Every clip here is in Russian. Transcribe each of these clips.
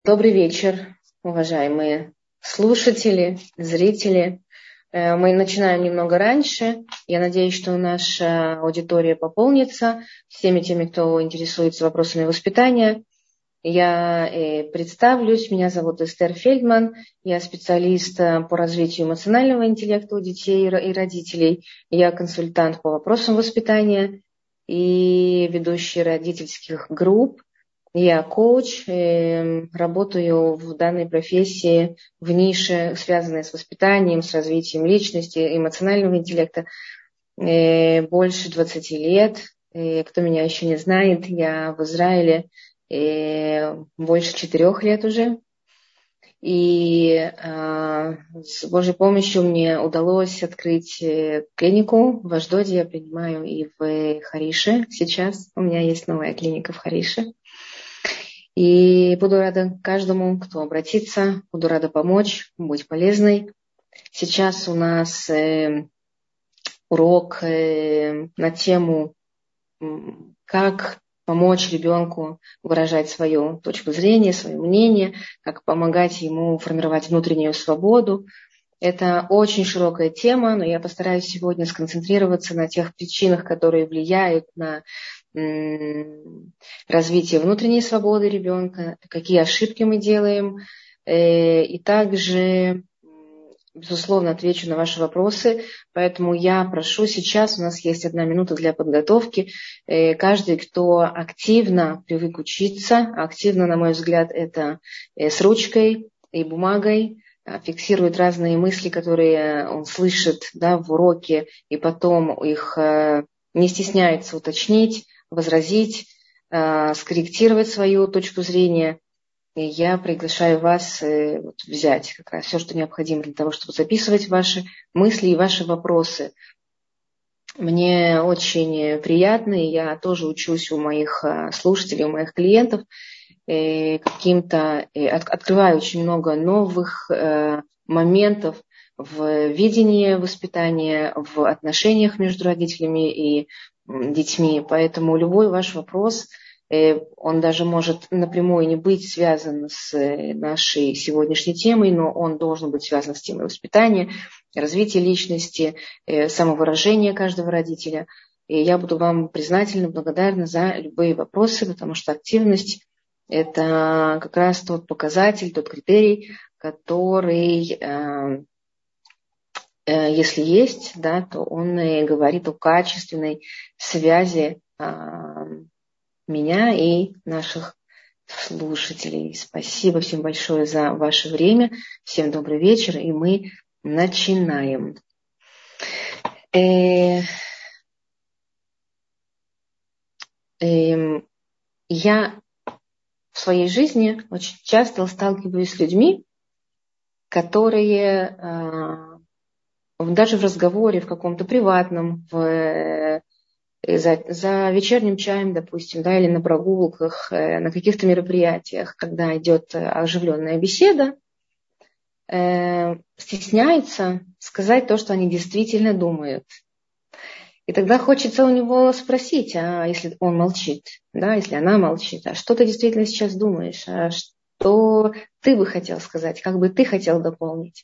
Добрый вечер, уважаемые слушатели, зрители. Мы начинаем немного раньше. Я надеюсь, что наша аудитория пополнится всеми теми, кто интересуется вопросами воспитания. Я представлюсь. Меня зовут Эстер Фельдман. Я специалист по развитию эмоционального интеллекта у детей и родителей. Я консультант по вопросам воспитания и ведущий родительских групп. Я коуч, работаю в данной профессии в нише, связанной с воспитанием, с развитием личности, эмоционального интеллекта, больше 20 лет. Кто меня еще не знает, я в Израиле больше 4 лет уже. И с Божьей помощью мне удалось открыть клинику в Ашдоде. Я принимаю и в Харише сейчас. У меня есть новая клиника в Харише. И буду рада каждому, кто обратится, буду рада помочь, быть полезной. Сейчас у нас урок на тему, как помочь ребенку выражать свою точку зрения, свое мнение, как помогать ему формировать внутреннюю свободу. Это очень широкая тема, но я постараюсь сегодня сконцентрироваться на тех причинах, которые влияют на развитие внутренней свободы ребенка, какие ошибки мы делаем. И также, безусловно, отвечу на ваши вопросы. Поэтому я прошу сейчас, у нас есть 1 минута для подготовки. Каждый, кто активно привык учиться, активно, на мой взгляд, это с ручкой и бумагой, фиксирует разные мысли, которые он слышит, в уроке, и потом их не стесняется уточнить, возразить, скорректировать свою точку зрения. И я приглашаю вас взять как раз все, что необходимо для того, чтобы записывать ваши мысли и ваши вопросы. Мне очень приятно, и я тоже учусь у моих слушателей, у моих клиентов, открываю очень много новых моментов в видении воспитания, в отношениях между родителями и детьми. Поэтому любой ваш вопрос, он даже может напрямую не быть связан с нашей сегодняшней темой, но он должен быть связан с темой воспитания, развития личности, самовыражения каждого родителя. И я буду вам признательна, благодарна за любые вопросы, потому что активность – это как раз тот показатель, тот критерий, который, если есть, то он говорит о качественной связи меня и наших слушателей. Спасибо всем большое за ваше время. Всем добрый вечер, и мы начинаем. Я в своей жизни очень часто сталкиваюсь с людьми, которые даже в разговоре, в каком-то приватном, за вечерним чаем, допустим, или на прогулках, на каких-то мероприятиях, когда идет оживленная беседа, стесняются сказать то, что они действительно думают. И тогда хочется у него спросить, а если он молчит, если она молчит, а что ты действительно сейчас думаешь, а что ты бы хотел сказать, как бы ты хотел дополнить.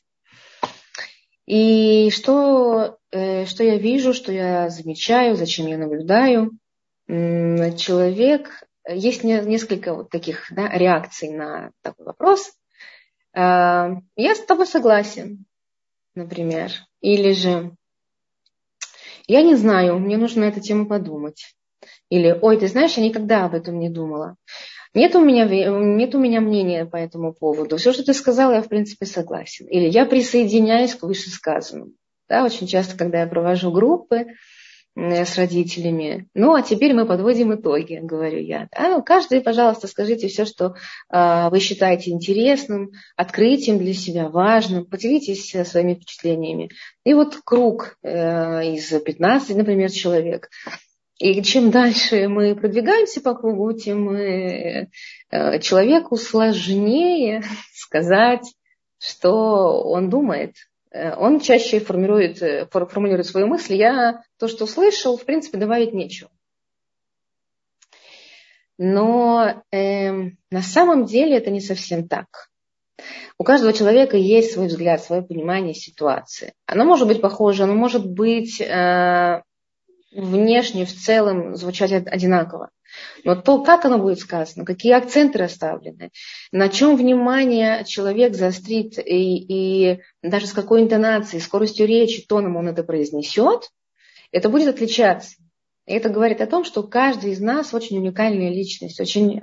И что я вижу, что я замечаю, зачем я наблюдаю. Человек, есть несколько таких реакций на такой вопрос. Я с тобой согласен, например. Или же я не знаю, мне нужно на эту тему подумать. Или, ой, ты знаешь, я никогда об этом не думала. Нет у меня мнения по этому поводу. Все, что ты сказала, я в принципе согласен. Или я присоединяюсь к вышесказанному. Очень часто, когда я провожу группы с родителями, а теперь мы подводим итоги, говорю я. Каждый, пожалуйста, скажите все, что вы считаете интересным, открытием для себя, важным, поделитесь своими впечатлениями. И круг из 15, например, человек. И чем дальше мы продвигаемся по кругу, тем человеку сложнее сказать, что он думает. Он чаще формулирует свои мысли. Я то, что услышал, в принципе, добавить нечего. Но на самом деле это не совсем так. У каждого человека есть свой взгляд, свое понимание ситуации. Оно может быть похоже, оно может быть внешне, в целом звучать одинаково. Но то, как оно будет сказано, какие акценты расставлены, на чем внимание человек заострит и даже с какой интонацией, скоростью речи, тоном он это произнесет, это будет отличаться. И это говорит о том, что каждый из нас очень уникальная личность, очень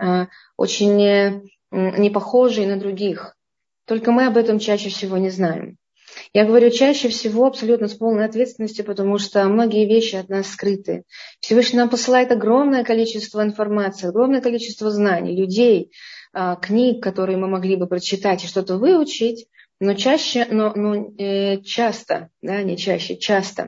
не похожий на других. Только мы об этом чаще всего не знаем. Я говорю чаще всего абсолютно с полной ответственностью, потому что многие вещи от нас скрыты. Всевышний нам посылает огромное количество информации, огромное количество знаний, людей, книг, которые мы могли бы прочитать и что-то выучить, но часто, да, не чаще, часто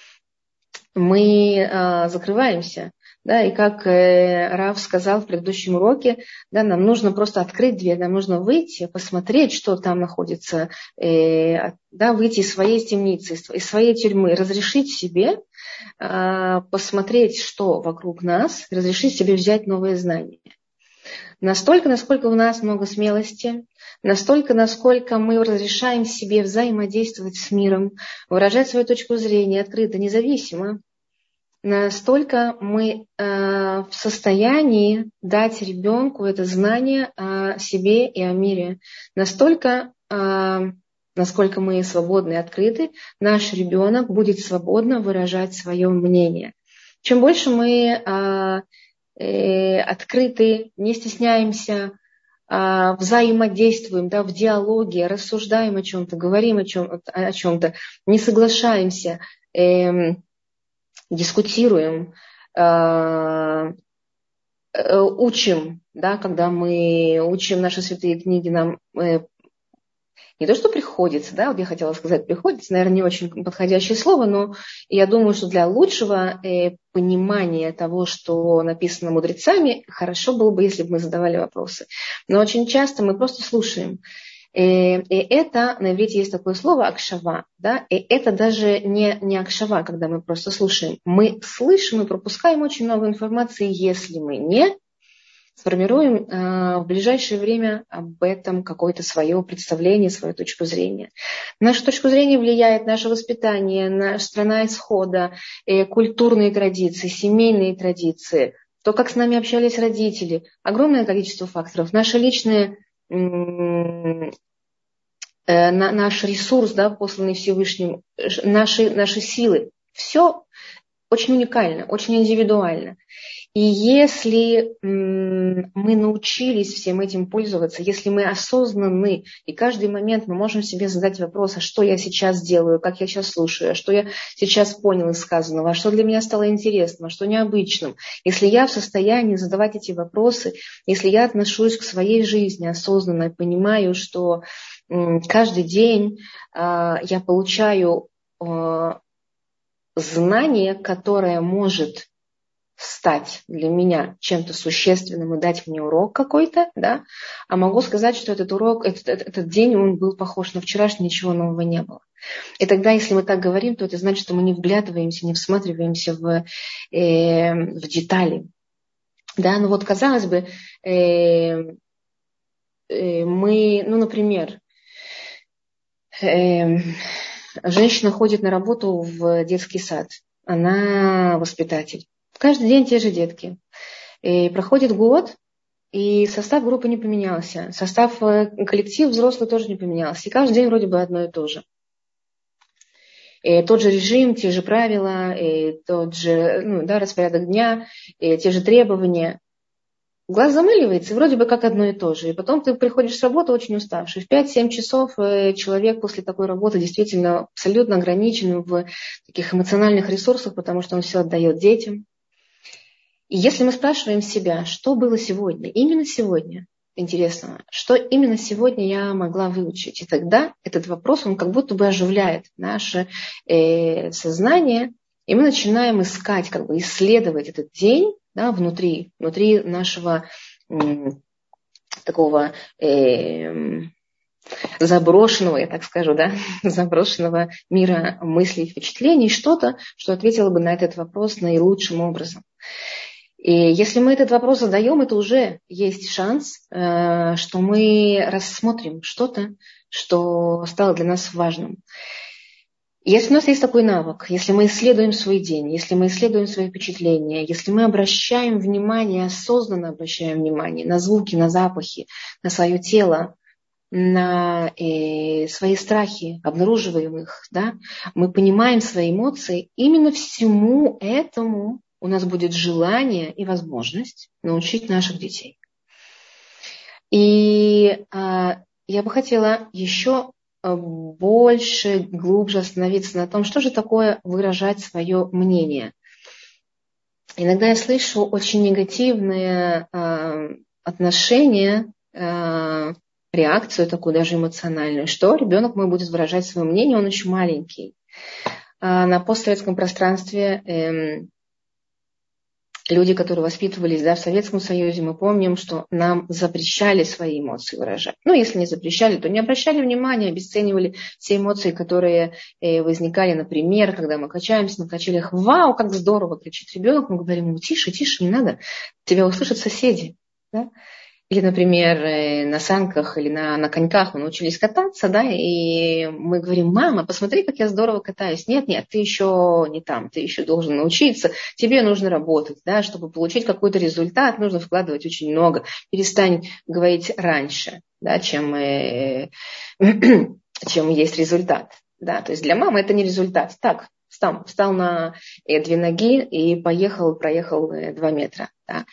мы закрываемся. Да, и как Рав сказал в предыдущем уроке, да, нам нужно просто открыть дверь, нам нужно выйти, посмотреть, что там находится, да, выйти из своей темницы, из своей тюрьмы, разрешить себе посмотреть, что вокруг нас, разрешить себе взять новые знания. Настолько, насколько у нас много смелости, настолько, насколько мы разрешаем себе взаимодействовать с миром, выражать свою точку зрения открыто, независимо, настолько мы в состоянии дать ребенку это знание о себе и о мире. Настолько, насколько мы свободны и открыты, наш ребенок будет свободно выражать свое мнение. Чем больше мы открыты, не стесняемся, взаимодействуем, да, в диалоге, рассуждаем о чем-то, говорим о чем-то, не соглашаемся, дискутируем, учим, да, когда мы учим наши святые книги, нам не то, что приходится, да, вот я хотела сказать приходится, наверное, не очень подходящее слово, но я думаю, что для лучшего понимания того, что написано мудрецами, хорошо было бы, если бы мы задавали вопросы. Но очень часто мы просто слушаем. И это, на иврите есть такое слово акшава, да, и это даже не акшава, когда мы просто слушаем. Мы слышим и пропускаем очень много информации, если мы не сформируем в ближайшее время об этом какое-то свое представление, свою точку зрения. Нашу точку зрения влияет наше воспитание, наша страна исхода, культурные традиции, семейные традиции, то, как с нами общались родители, огромное количество факторов, наши личные наш ресурс, да, посланный Всевышним, наши силы. Все очень уникально, очень индивидуально. И если мы научились всем этим пользоваться, если мы осознанны, и каждый момент мы можем себе задать вопрос, а что я сейчас делаю, как я сейчас слушаю, а что я сейчас понял из сказанного, а что для меня стало интересным, а что необычным. Если я в состоянии задавать эти вопросы, если я отношусь к своей жизни осознанно и понимаю, что каждый день я получаю знание, которое может стать для меня чем-то существенным и дать мне урок какой-то, да, а могу сказать, что этот урок, этот день, он был похож на вчерашний, ничего нового не было. И тогда, если мы так говорим, то это значит, что мы не вглядываемся, не всматриваемся в детали. Да, ну вот, казалось бы, мы, ну, например, женщина ходит на работу в детский сад, она воспитатель. Каждый день те же детки. И проходит год, и состав группы не поменялся. Состав коллектива взрослый тоже не поменялся. И каждый день вроде бы одно и то же. И тот же режим, те же правила, и тот же распорядок дня, и те же требования. Глаз замыливается, и вроде бы как одно и то же. И потом ты приходишь с работы очень уставший. В 5-7 часов человек после такой работы действительно абсолютно ограничен в таких эмоциональных ресурсах, потому что он все отдает детям. И если мы спрашиваем себя, что было сегодня, именно сегодня, интересного, что именно сегодня я могла выучить, и тогда этот вопрос, он как будто бы оживляет наше сознание, и мы начинаем искать, как бы исследовать этот день, да, внутри нашего такого заброшенного, я так скажу, да, заброшенного мира мыслей и впечатлений, что-то, что ответило бы на этот вопрос наилучшим образом. И если мы этот вопрос задаем, это уже есть шанс, что мы рассмотрим что-то, что стало для нас важным. Если у нас есть такой навык, если мы исследуем свой день, если мы исследуем свои впечатления, если мы обращаем внимание, осознанно обращаем внимание на звуки, на запахи, на свое тело, на свои страхи, обнаруживаем их, да, мы понимаем свои эмоции, именно всему этому у нас будет желание и возможность научить наших детей. И я бы хотела еще больше, глубже остановиться на том, что же такое выражать свое мнение. Иногда я слышу очень негативные отношения, реакцию такую даже эмоциональную, что ребенок мой будет выражать свое мнение, он еще маленький. На постсоветском пространстве люди, которые воспитывались, да, в Советском Союзе, мы помним, что нам запрещали свои эмоции выражать. Ну, если не запрещали, то не обращали внимания, обесценивали все эмоции, которые возникали, например, когда мы качаемся на качелях. Вау, как здорово, кричит ребенок. Мы говорим ему: тише, тише, не надо, тебя услышат соседи. Да? Или, например, на санках или на коньках мы научились кататься, да, и мы говорим: мама, посмотри, как я здорово катаюсь. Нет, ты еще не там, ты еще должен научиться, тебе нужно работать, да, чтобы получить какой-то результат, нужно вкладывать очень много. Перестань говорить раньше, да, чем есть результат. Да. То есть для мамы это не результат. Так, встал на 2 ноги и проехал 2 метра. Да.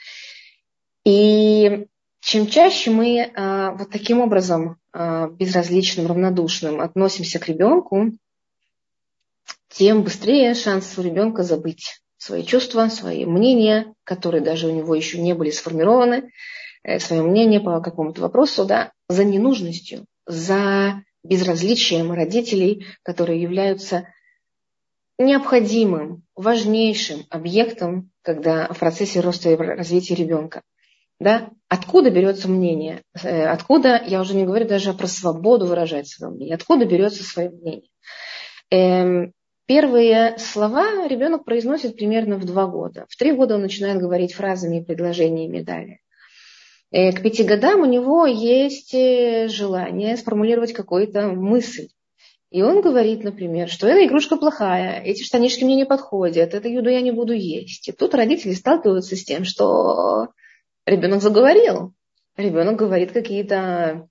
И чем чаще мы вот таким образом безразличным, равнодушным относимся к ребенку, тем быстрее шанс у ребенка забыть свои чувства, свои мнения, которые даже у него еще не были сформированы, свое мнение по какому-то вопросу, да, за ненужностью, за безразличием родителей, которые являются необходимым, важнейшим объектом, когда в процессе роста и развития ребенка. Да? Откуда берется мнение? Откуда, я уже не говорю даже про свободу выражать свое мнение, откуда берется свое мнение? Первые слова ребенок произносит примерно в 2 года. В 3 года он начинает говорить фразами и предложениями далее. К 5 годам у него есть желание сформулировать какую-то мысль. И он говорит, например, что эта игрушка плохая, эти штанишки мне не подходят, эту еду я не буду есть. И тут родители сталкиваются с тем, что ребенок заговорил. Ребенок говорит какие-то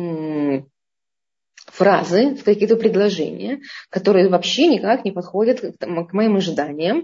фразы, какие-то предложения, которые вообще никак не подходят к моим ожиданиям.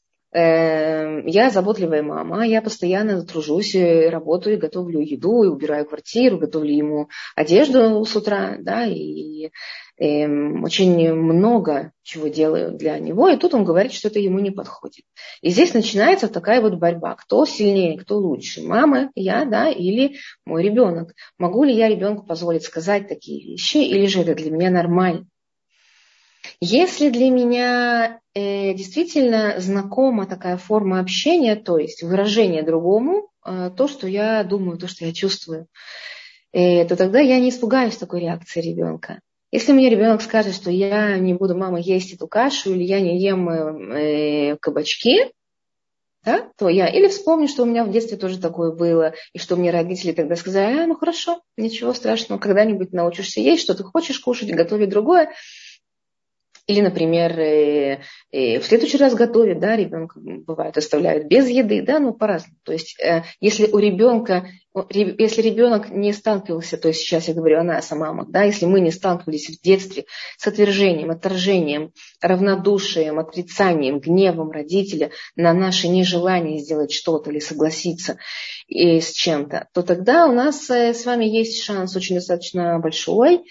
Я заботливая мама, я постоянно тружусь, работаю, готовлю еду, и убираю квартиру, готовлю ему одежду с утра, да, и очень много чего делаю для него, и тут он говорит, что это ему не подходит. И здесь начинается такая вот борьба, кто сильнее, кто лучше, мама, я, да, или мой ребенок. Могу ли я ребенку позволить сказать такие вещи, или же это для меня нормально? Если для меня действительно знакома такая форма общения, то есть выражение другому, то, что я думаю, то, что я чувствую, то тогда я не испугаюсь такой реакции ребенка. Если мне ребенок скажет, что я не буду, мама, есть эту кашу, или я не ем кабачки, да, то я или вспомню, что у меня в детстве тоже такое было, и что мне родители тогда сказали: ну хорошо, ничего страшного, когда-нибудь научишься есть, что ты хочешь кушать, готовить другое. Или, например, в следующий раз готовят, да, ребенка, бывает, оставляют без еды, да, ну, по-разному. То есть, если ребенок не сталкивался, то есть сейчас я говорю о нас, о мамах, да, если мы не сталкивались в детстве с отвержением, отторжением, равнодушием, отрицанием, гневом родителя на наше нежелание сделать что-то или согласиться с чем-то, то тогда у нас с вами есть шанс очень достаточно большой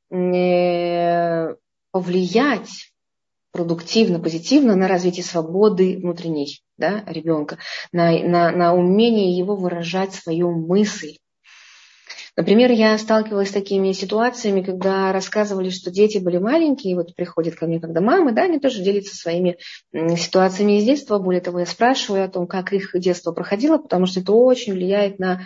повлиять продуктивно, позитивно на развитие свободы внутренней, да, ребенка, на умение его выражать свою мысль. Например, я сталкивалась с такими ситуациями, когда рассказывали, что дети были маленькие, и вот приходят ко мне, когда мамы, да, они тоже делятся своими ситуациями из детства. Более того, я спрашиваю о том, как их детство проходило, потому что это очень влияет на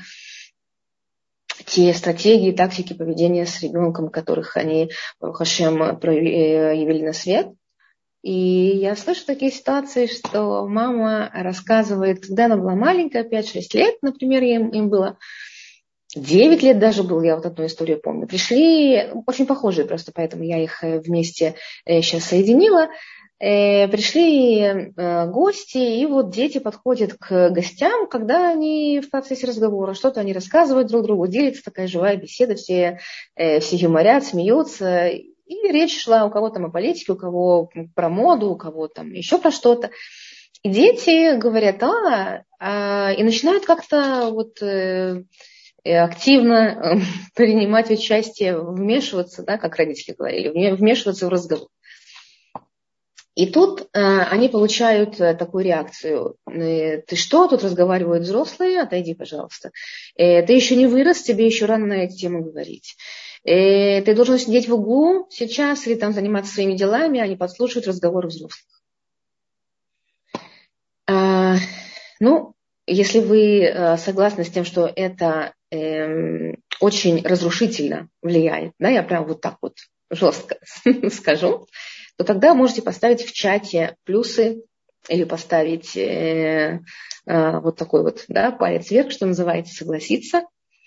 те стратегии, тактики поведения с ребенком, которых они, Хашем, явили на свет. И я слышу такие ситуации, что мама рассказывает, когда она была маленькая, 5-6 лет, например, им было 9 лет даже было, я вот одну историю помню. Пришли, очень похожие просто, поэтому я их вместе сейчас соединила. Пришли гости, и вот дети подходят к гостям, когда они в процессе разговора, что-то они рассказывают друг другу, делится такая живая беседа, все юморят, смеются. И речь шла у кого там о политике, у кого про моду, у кого там еще про что-то. И дети говорят, и начинают как-то вот активно принимать участие, вмешиваться, да, как родители говорили, вмешиваться в разговор. И тут они получают такую реакцию. Ты что, тут разговаривают взрослые? Отойди, пожалуйста. Ты еще не вырос, тебе еще рано на эту тему говорить. Ты должен сидеть в углу сейчас или там заниматься своими делами, а не подслушивать разговоры взрослых. Если вы согласны с тем, что это очень разрушительно влияет, да, я прям вот так вот жестко скажу, то тогда можете поставить в чате плюсы или поставить вот такой вот, да, палец вверх, что называется, согласиться.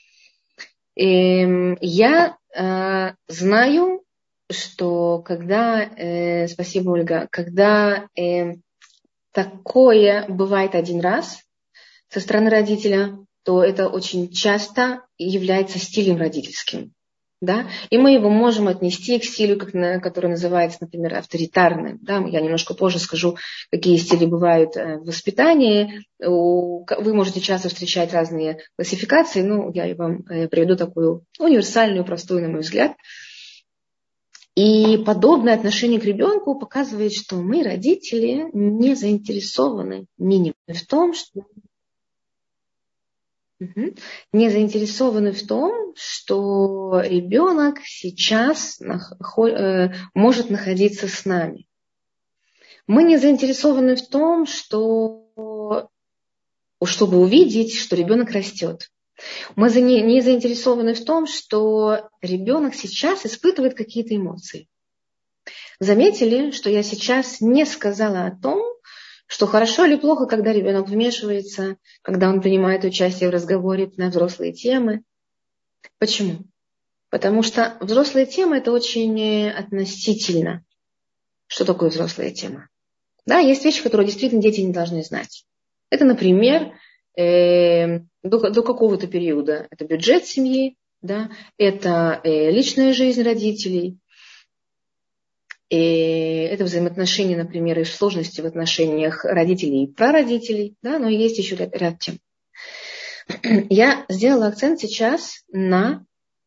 Я знаю, что когда, спасибо, Ольга, когда такое бывает один раз со стороны родителя, то это очень часто является стилем родительским. Да? И мы его можем отнести к стилю, который называется, например, авторитарным. Да? Я немножко позже скажу, какие стили бывают в воспитании. Вы можете часто встречать разные классификации, я вам приведу такую универсальную, простую, на мой взгляд. И подобное отношение к ребенку показывает, что мы, родители, не заинтересованы минимум в том, что не заинтересованы в том, что ребенок сейчас может находиться с нами. Мы не заинтересованы в том, чтобы увидеть, что ребенок растет. Мы не заинтересованы в том, что ребенок сейчас испытывает какие-то эмоции. Заметили, что я сейчас не сказала о том, что хорошо или плохо, когда ребенок вмешивается, когда он принимает участие в разговоре на взрослые темы. Почему? Потому что взрослые темы – это очень относительно. Что такое взрослая тема? Да, есть вещи, которые действительно дети не должны знать. Это, например, до какого-то периода это бюджет семьи, да, это личная жизнь родителей, это взаимоотношения, например, и сложности в отношениях родителей и прародителей, да, но есть еще ряд тем. Я сделала акцент сейчас на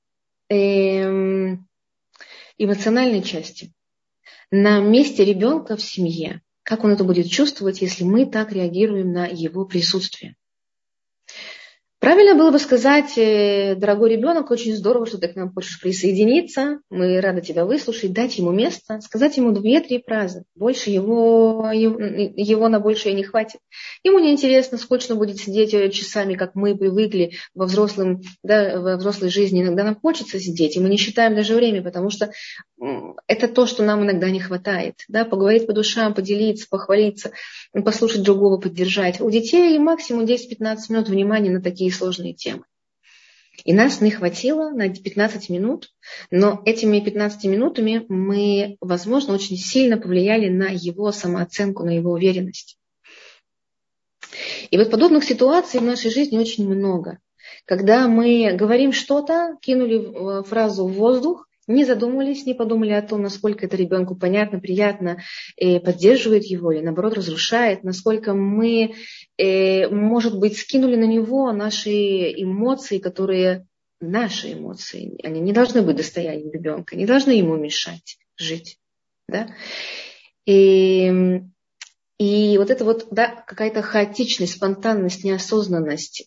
эмоциональной части, на месте ребенка в семье, как он это будет чувствовать, если мы так реагируем на его присутствие. Правильно было бы сказать, дорогой ребенок, очень здорово, что ты к нам хочешь присоединиться, мы рады тебя выслушать, дать ему место, сказать ему 2-3 фразы. Больше его на большее не хватит. Ему неинтересно, скучно будет сидеть часами, как мы привыкли во взрослой жизни. Иногда нам хочется сидеть, и мы не считаем даже время, потому что это то, что нам иногда не хватает. Да? Поговорить по душам, поделиться, похвалиться, послушать другого, поддержать. У детей максимум 10-15 минут внимания на такие сложные темы. И нас не хватило на 15 минут, но этими 15 минутами мы, возможно, очень сильно повлияли на его самооценку, на его уверенность. И вот подобных ситуаций в нашей жизни очень много. Когда мы говорим что-то, кинули фразу в воздух, не задумались, не подумали о том, насколько это ребенку понятно, приятно, поддерживает его или, наоборот, разрушает, насколько мы, может быть, скинули на него наши эмоции, которые наши эмоции, они не должны быть достоянием ребенка, не должны ему мешать жить. Да? И вот это вот, да, какая-то хаотичность, спонтанность, неосознанность,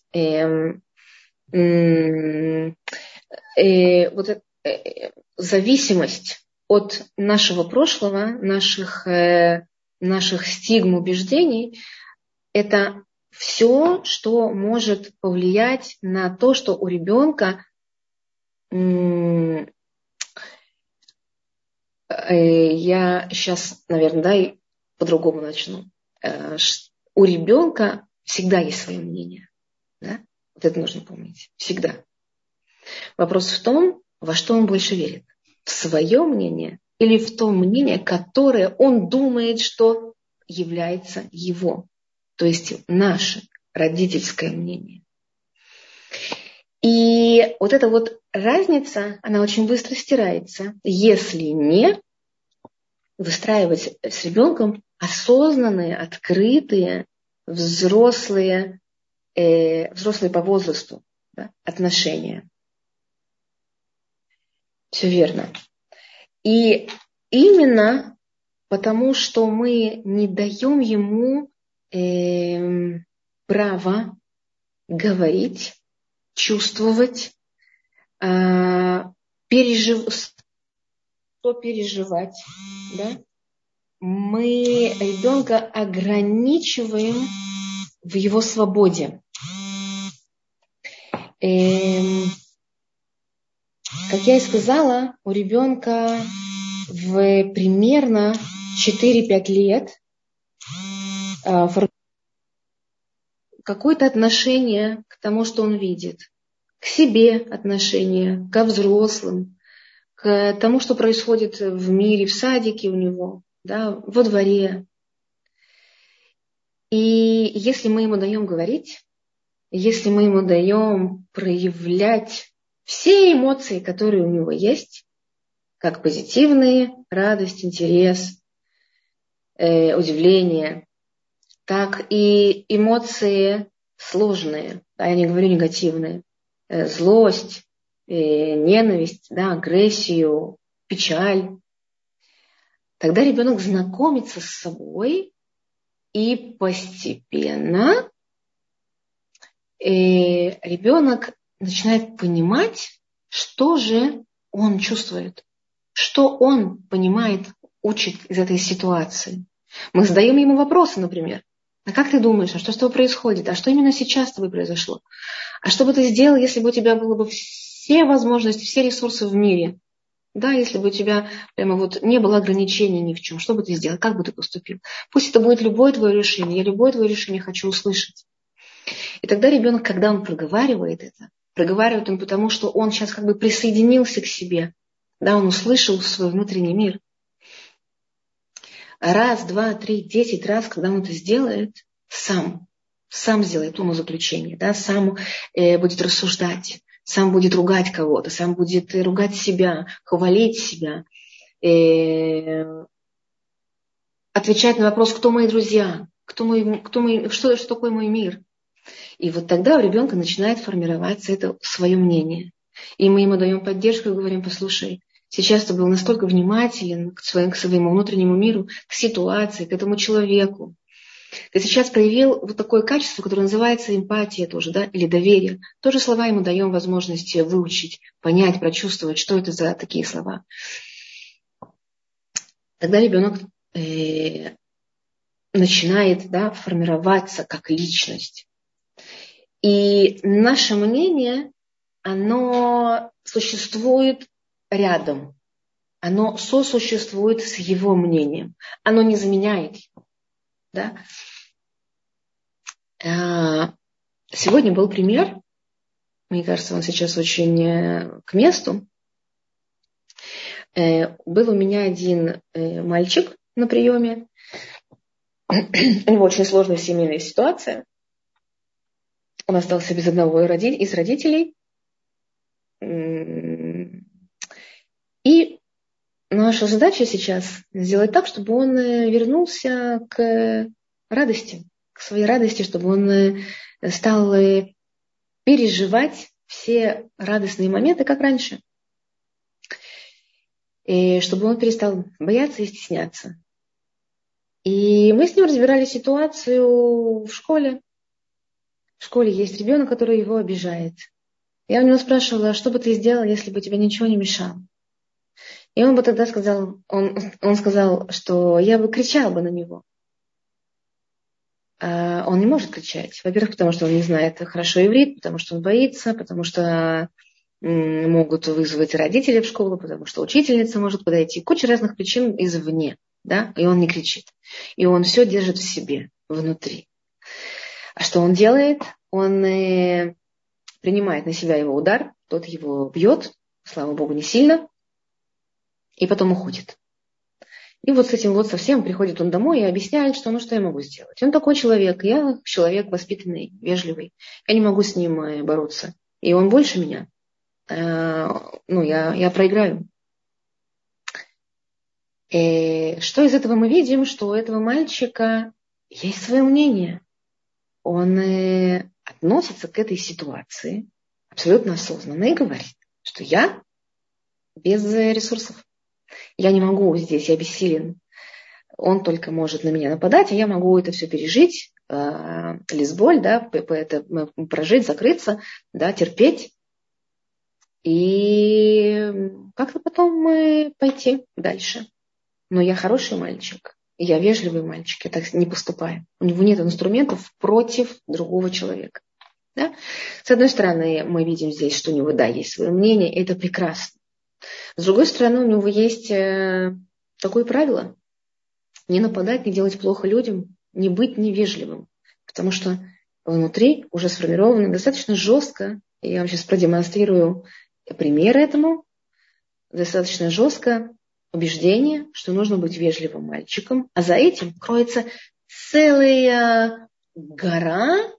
зависимость от нашего прошлого, наших стигм, убеждений, это все, что может повлиять на то, что у ребенка Я сейчас, наверное, и по-другому начну. У ребенка всегда есть свое мнение. Да? Вот это нужно помнить. Всегда. Вопрос в том, во что он больше верит. В свое мнение или в то мнение, которое он думает, что является его. То есть наше родительское мнение. И вот эта вот разница, она очень быстро стирается, если не выстраивать с ребенком осознанные, открытые, взрослые по возрасту, да, отношения. Все верно. И именно потому, что мы не даем ему права говорить, чувствовать, переживать, да? Мы ребенка ограничиваем в его свободе. Как я и сказала, у ребенка в примерно 4-5 лет какое-то отношение к тому, что он видит, к себе отношение, ко взрослым, к тому, что происходит в мире, в садике у него, да, во дворе. И если мы ему даем говорить, если мы ему даем проявлять все эмоции, которые у него есть, как позитивные, радость, интерес, удивление, так и эмоции сложные, я не говорю негативные, злость, ненависть, да, агрессию, печаль. Тогда ребенок знакомится с собой и постепенно ребенок начинает понимать, что же он чувствует, что он понимает, учит из этой ситуации. Мы задаем ему вопросы, например. А как ты думаешь, а что с тобой происходит? А что именно сейчас с тобой произошло? А что бы ты сделал, если бы у тебя было бы все возможности, все ресурсы в мире? Да, если бы у тебя прямо вот не было ограничений ни в чем, что бы ты сделал, как бы ты поступил? Пусть это будет любое твое решение, я любое твое решение хочу услышать. И тогда ребенок, когда он проговаривает он потому, что он сейчас как бы присоединился к себе, да, он услышал свой внутренний мир. Раз, два, три, 10 раз, когда он это сделает, сам сделает умозаключение, да, сам будет рассуждать, сам будет ругать кого-то, сам будет ругать себя, хвалить себя, отвечать на вопрос, кто мои друзья, что такое мой мир. И вот тогда у ребенка начинает формироваться это свое мнение. И мы ему даем поддержку и говорим, послушай, сейчас ты был настолько внимателен к своему внутреннему миру, к ситуации, к этому человеку. Ты сейчас проявил вот такое качество, которое называется эмпатия тоже, да, или доверие. Тоже слова ему даем возможность выучить, понять, прочувствовать, что это за такие слова. Тогда ребенок начинает, да, формироваться как личность. И наше мнение, оно существует рядом. Оно сосуществует с его мнением. Оно не заменяет его. Да? Сегодня был пример, мне кажется, он сейчас очень к месту. Был у меня один мальчик на приеме. У него очень сложная семейная ситуация. Он остался без одного из родителей. И наша задача сейчас сделать так, чтобы он вернулся к радости, к своей радости, чтобы он стал переживать все радостные моменты, как раньше. И чтобы он перестал бояться и стесняться. И мы с ним разбирали ситуацию в школе. В школе есть ребенок, который его обижает. Я у него спрашивала, что бы ты сделал, если бы тебе ничего не мешало? И он бы тогда сказал, он сказал, что я бы кричал бы на него. А он не может кричать. Во-первых, потому что он не знает хорошо иврит, потому что он боится, потому что могут вызвать родители в школу, потому что учительница может подойти. Куча разных причин извне, да, и он не кричит. И он все держит в себе, внутри. А что он делает? Он принимает на себя его удар, тот его бьет, слава богу, не сильно, и потом уходит. И вот с этим вот совсем приходит он домой и объясняет, что ну что я могу сделать. Он такой человек, я человек воспитанный, вежливый, я не могу с ним бороться. И он больше меня. Я проиграю. И что из этого мы видим? Что у этого мальчика есть свое мнение. Он относится к этой ситуации абсолютно осознанно и говорит, что я без ресурсов. Я не могу здесь, я бессилен. Он только может на меня нападать, а я могу это все пережить, лесболь, да, это прожить, закрыться, да, терпеть. И как-то потом пойти дальше. Но я хороший мальчик, я вежливый мальчик, я так не поступаю. У него нет инструментов против другого человека. Да? С одной стороны, мы видим здесь, что у него, да, есть свое мнение, и это прекрасно. С другой стороны, у него есть такое правило: не нападать, не делать плохо людям, не быть невежливым. Потому что внутри уже сформировано достаточно жестко, и я вам сейчас продемонстрирую пример этому, достаточно жестко убеждение, что нужно быть вежливым мальчиком, а за этим кроется целая гора,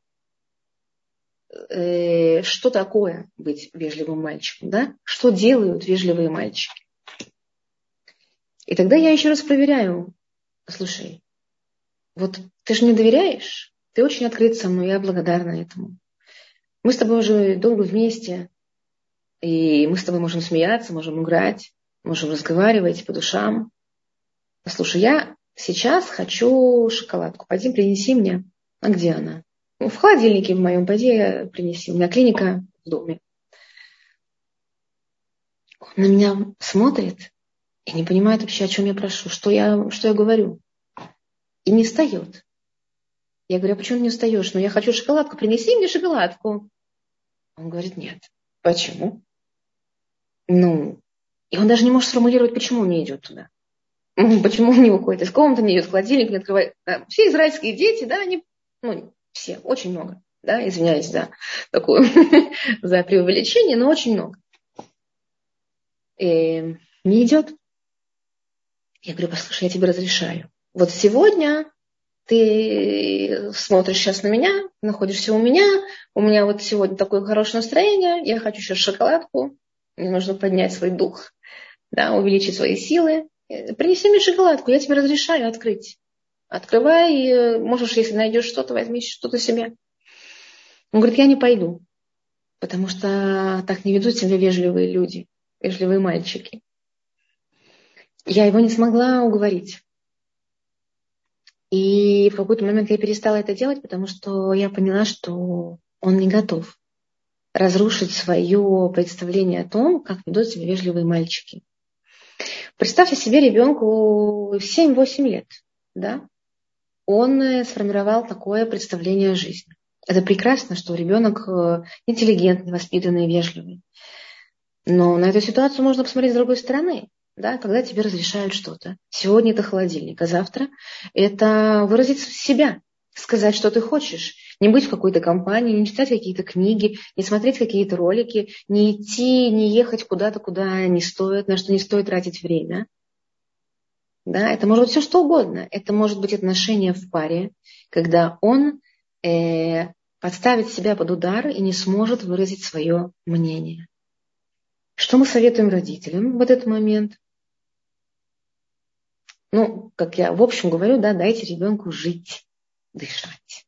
что такое быть вежливым мальчиком, да? Что делают вежливые мальчики. И тогда я еще раз проверяю: слушай, вот ты же мне доверяешь, ты очень открыт со мной, я благодарна этому. Мы с тобой уже долго вместе, и мы с тобой можем смеяться, можем играть, можем разговаривать по душам. Слушай, я сейчас хочу шоколадку. Пойди принеси мне. А где она? В холодильнике в моем. Пойди принеси. У меня клиника в доме. Он на меня смотрит и не понимает вообще, о чем я прошу, что я говорю. И не встает. Я говорю: а почему не встаешь? Ну, я хочу шоколадку. Принеси мне шоколадку. Он говорит: нет. Почему? И он даже не может сформулировать, почему он не идет туда. Почему он не выходит из комнаты, не идет в холодильник, не открывает. Да, все израильские дети, да, они, все, очень много, да, извиняюсь за такое, за преувеличение, но очень много. И не идет. Я говорю: послушай, я тебе разрешаю. Вот сегодня ты смотришь сейчас на меня, находишься у меня вот сегодня такое хорошее настроение, я хочу сейчас шоколадку, мне нужно поднять свой дух, да, увеличить свои силы. Принеси мне шоколадку, я тебе разрешаю открыть. Открывай, можешь, если найдешь что-то, возьми что-то себе. Он говорит: я не пойду, потому что так не ведут себя вежливые люди, вежливые мальчики. Я его не смогла уговорить. И в какой-то момент я перестала это делать, потому что я поняла, что он не готов разрушить свое представление о том, как ведут себя вежливые мальчики. Представьте себе ребенку 7-8 лет, да? Он сформировал такое представление о жизни. Это прекрасно, что ребенок интеллигентный, воспитанный, вежливый. Но на эту ситуацию можно посмотреть с другой стороны. Да? Когда тебе разрешают что-то. Сегодня это холодильник, а завтра это выразить себя, сказать, что ты хочешь. Не быть в какой-то компании, не читать какие-то книги, не смотреть какие-то ролики, не идти, не ехать куда-то, куда не стоит, на что не стоит тратить время. Да? Это может быть все что угодно. Это может быть отношения в паре, когда он подставит себя под удар и не сможет выразить свое мнение. Что мы советуем родителям в этот момент? Как я в общем говорю, да, дайте ребенку жить, дышать.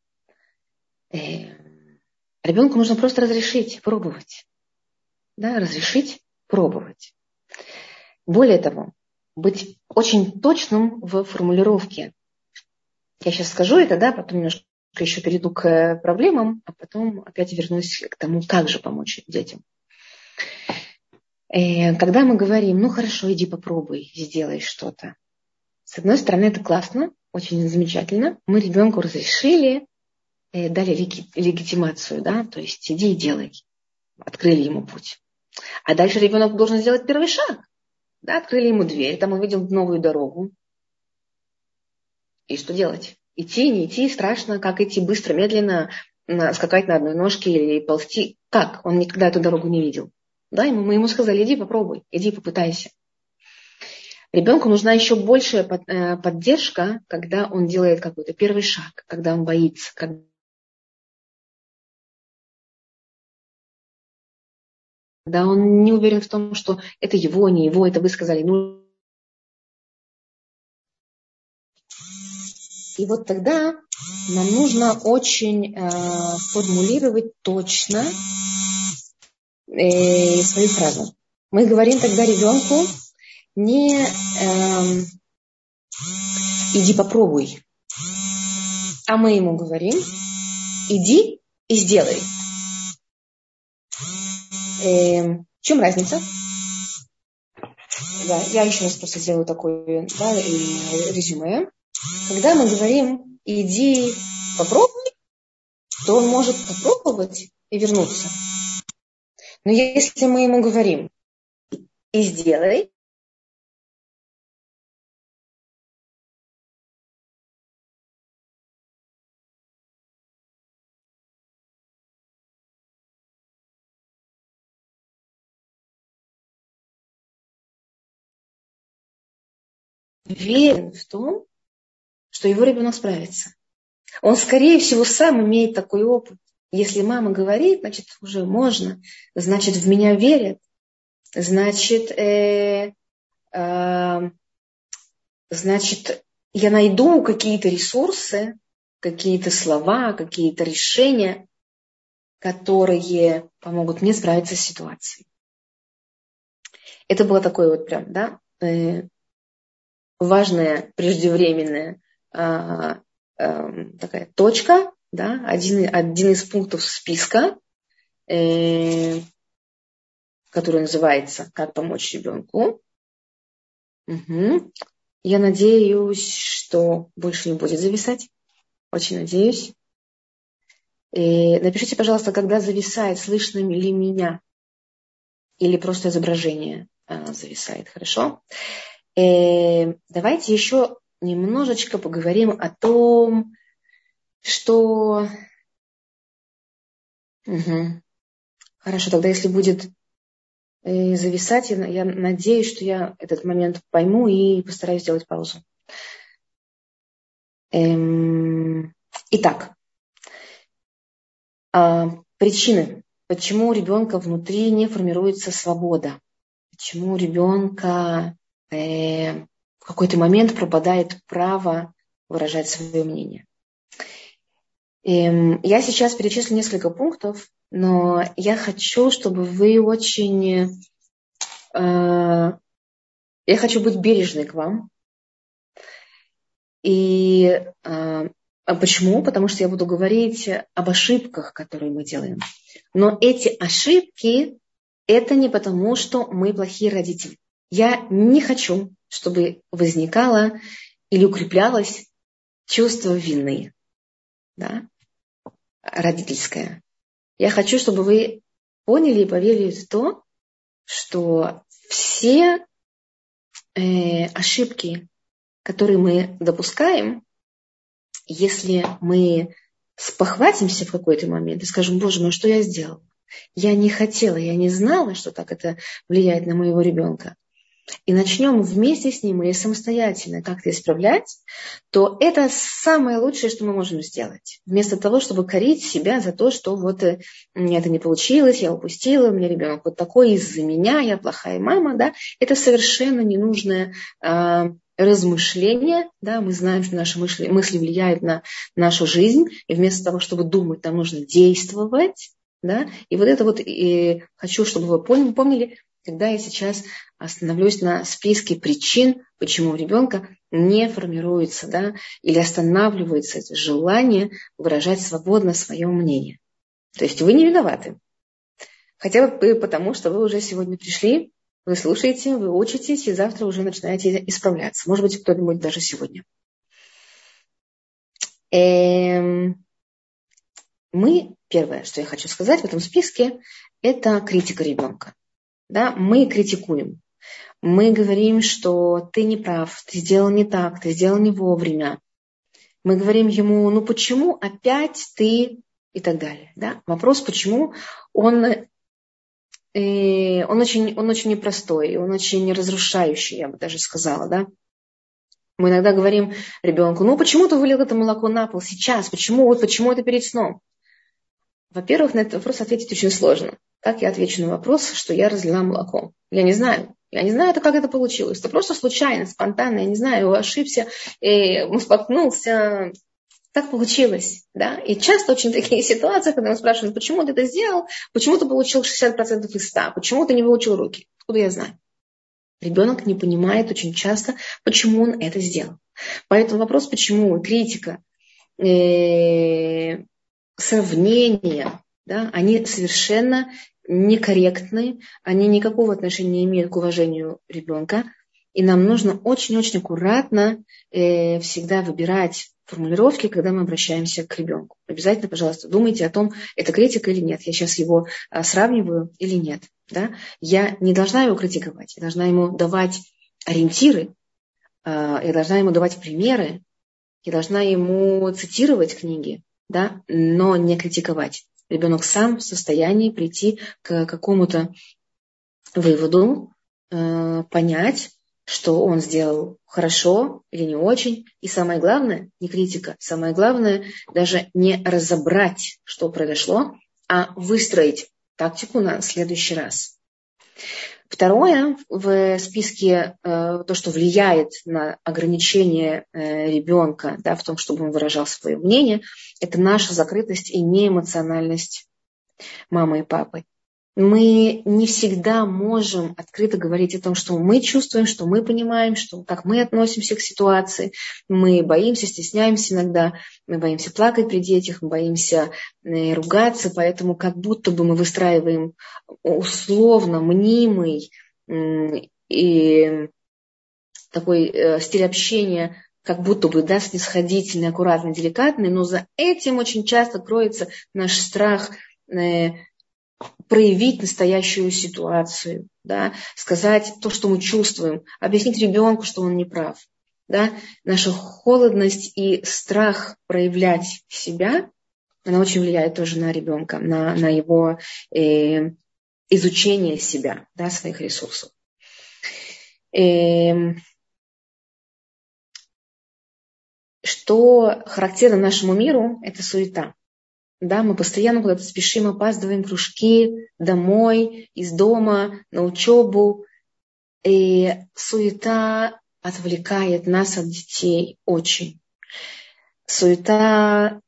Ребенку нужно просто разрешить, пробовать. Да, разрешить, пробовать. Более того, быть очень точным в формулировке. Я сейчас скажу это, да, потом немножко еще перейду к проблемам, а потом опять вернусь к тому, как же помочь детям. Когда мы говорим: хорошо, иди попробуй, сделай что-то. С одной стороны, это классно, очень замечательно. Мы ребенку разрешили, дали легитимацию, да, то есть иди и делай. открыли ему путь. А дальше ребенок должен сделать первый шаг. Да, открыли ему дверь, там увидел новую дорогу. И что делать? Идти, не идти, страшно, как идти быстро, медленно, скакать на одной ножке или ползти. Как? Он никогда эту дорогу не видел. Да, мы ему сказали, иди попробуй, иди попытайся. Ребенку нужна еще большая поддержка, когда он делает какой-то первый шаг, когда он боится, когда он не уверен в том, что это его, не его, это вы сказали. И вот тогда нам нужно очень формулировать точно свою фразу. Мы говорим тогда ребенку не иди попробуй, а мы ему говорим иди и сделай. В чем разница? Да, я еще раз просто сделаю такое резюме. Когда мы говорим иди попробуй, то он может попробовать и вернуться. Но если мы ему говорим и сделай, уверен в том, что его ребенок справится. Он, скорее всего, сам имеет такой опыт. Если мама говорит, значит, уже можно, значит, в меня верят, значит, значит, я найду какие-то ресурсы, какие-то слова, какие-то решения, которые помогут мне справиться с ситуацией. Это было такое вот прям, да, важная, преждевременная такая точка, да, один из пунктов списка, который называется «Как помочь ребенку». Угу. Я надеюсь, что больше не будет зависать. Очень надеюсь. Напишите, пожалуйста, когда зависает, слышно ли меня, или просто изображение зависает, хорошо? Давайте еще немножечко поговорим о том, что... Угу. Хорошо, тогда если будет зависать, я надеюсь, что я этот момент пойму и постараюсь сделать паузу. Итак, причины, почему у ребенка внутри не формируется свобода, почему у ребенка в какой-то момент пропадает право выражать свое мнение. Я сейчас перечислю несколько пунктов, но я хочу, чтобы вы очень... Я хочу быть бережной к вам. И почему? Потому что я буду говорить об ошибках, которые мы делаем. Но эти ошибки – это не потому, что мы плохие родители. Я не хочу, чтобы возникало или укреплялось чувство вины, да, родительское. Я хочу, чтобы вы поняли и поверили в то, что все ошибки, которые мы допускаем, если мы спохватимся в какой-то момент и скажем: Боже мой, что я сделала? Я не хотела, я не знала, что так это влияет на моего ребенка. И начнем вместе с ним или самостоятельно как-то исправлять, то это самое лучшее, что мы можем сделать. Вместо того, чтобы корить себя за то, что вот мне это не получилось, я упустила, у меня ребенок вот такой, из-за меня, я плохая мама, да, это совершенно ненужное размышление, да, мы знаем, что наши мысли влияют на нашу жизнь, и вместо того, чтобы думать, нам нужно действовать, да, и вот это вот и хочу, чтобы вы помнили, когда я сейчас остановлюсь на списке причин, почему у ребенка не формируется, да, или останавливается это желание выражать свободно свое мнение. То есть вы не виноваты. Хотя бы потому, что вы уже сегодня пришли, вы слушаете, вы учитесь, и завтра уже начинаете исправляться. Может быть, кто-нибудь даже сегодня. Мы, первое, что я хочу сказать в этом списке, это критика ребенка. Да? Мы критикуем. Мы говорим, что ты не прав, ты сделал не так, ты сделал не вовремя. Мы говорим ему, ну почему опять ты и так далее. Да? Вопрос, почему, он очень непростой, он очень разрушающий, я бы даже сказала. Да? Мы иногда говорим ребенку, ну почему ты вылил это молоко на пол сейчас, почему это перед сном? Во-первых, на этот вопрос ответить очень сложно. Как я отвечу на вопрос, что я разлила молоко? Я не знаю. Я не знаю, как это получилось. Это просто случайно, спонтанно, я не знаю, ошибся, споткнулся. Так получилось. Да? И часто очень такие ситуации, когда мы спрашиваем, почему ты это сделал, почему ты получил 60% из 100, почему ты не выучил руки? Откуда я знаю? Ребенок не понимает очень часто, почему он это сделал. Поэтому вопрос, почему, критика, сравнения, да, они совершенно некорректны, они никакого отношения не имеют к уважению ребенка. И нам нужно очень-очень аккуратно всегда выбирать формулировки, когда мы обращаемся к ребенку. Обязательно, пожалуйста, думайте о том, это критика или нет. Я сейчас его сравниваю или нет. Да? Я не должна его критиковать, я должна ему давать ориентиры, я должна ему давать примеры, я должна ему цитировать книги, да, но не критиковать. Ребенок сам в состоянии прийти к какому-то выводу, понять, что он сделал хорошо или не очень. И самое главное, не критика, самое главное даже не разобрать, что произошло, а выстроить тактику на следующий раз. Второе в списке, то, что влияет на ограничение ребенка, да, в том, чтобы он выражал свое мнение, это наша закрытость и неэмоциональность мамы и папы. Мы не всегда можем открыто говорить о том, что мы чувствуем, что мы понимаем, что, как мы относимся к ситуации. Мы боимся, стесняемся иногда, мы боимся плакать при детях, мы боимся ругаться, поэтому как будто бы мы выстраиваем условно мнимый и такой стиль общения, как будто бы, да, снисходительный, аккуратный, деликатный, но за этим очень часто кроется наш страх проявить настоящую ситуацию, да, сказать то, что мы чувствуем, объяснить ребенку, что он не прав. Да. Наша холодность и страх проявлять себя, она очень влияет тоже на ребенка, на его изучение себя, да, своих ресурсов. Что характерно нашему миру, это суета. Да, мы постоянно куда-то спешим, опаздываем, кружки, домой, из дома, на учебу. И суета отвлекает нас от детей очень. Суета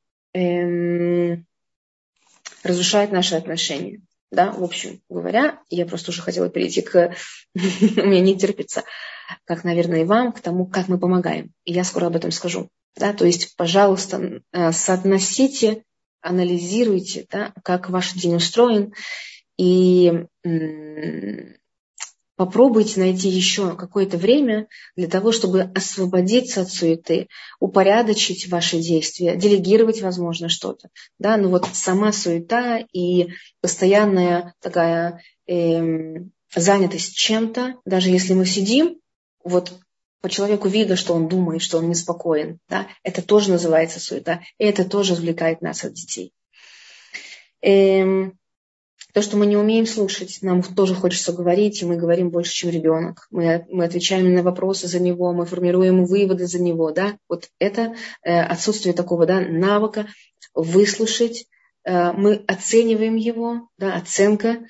разрушает наши отношения. Да, в общем говоря, я просто уже хотела перейти к... У меня не терпится, как, наверное, и вам, к тому, как мы помогаем. И я скоро об этом скажу. Да, то есть, пожалуйста, соотносите, анализируйте, да, как ваш день устроен, и попробуйте найти еще какое-то время для того, чтобы освободиться от суеты, упорядочить ваши действия, делегировать, возможно, что-то. Да, но вот сама суета и постоянная такая занятость чем-то, даже если мы сидим, вот по человеку видно, что он думает, что он неспокоен. Да? Это тоже называется суета. И это тоже отвлекает нас от детей. То, что мы не умеем слушать, нам тоже хочется говорить, и мы говорим больше, чем ребенок. Мы отвечаем на вопросы за него, мы формируем выводы за него. Да? Вот это отсутствие такого, да, навыка выслушать. Мы оцениваем его, да, оценка.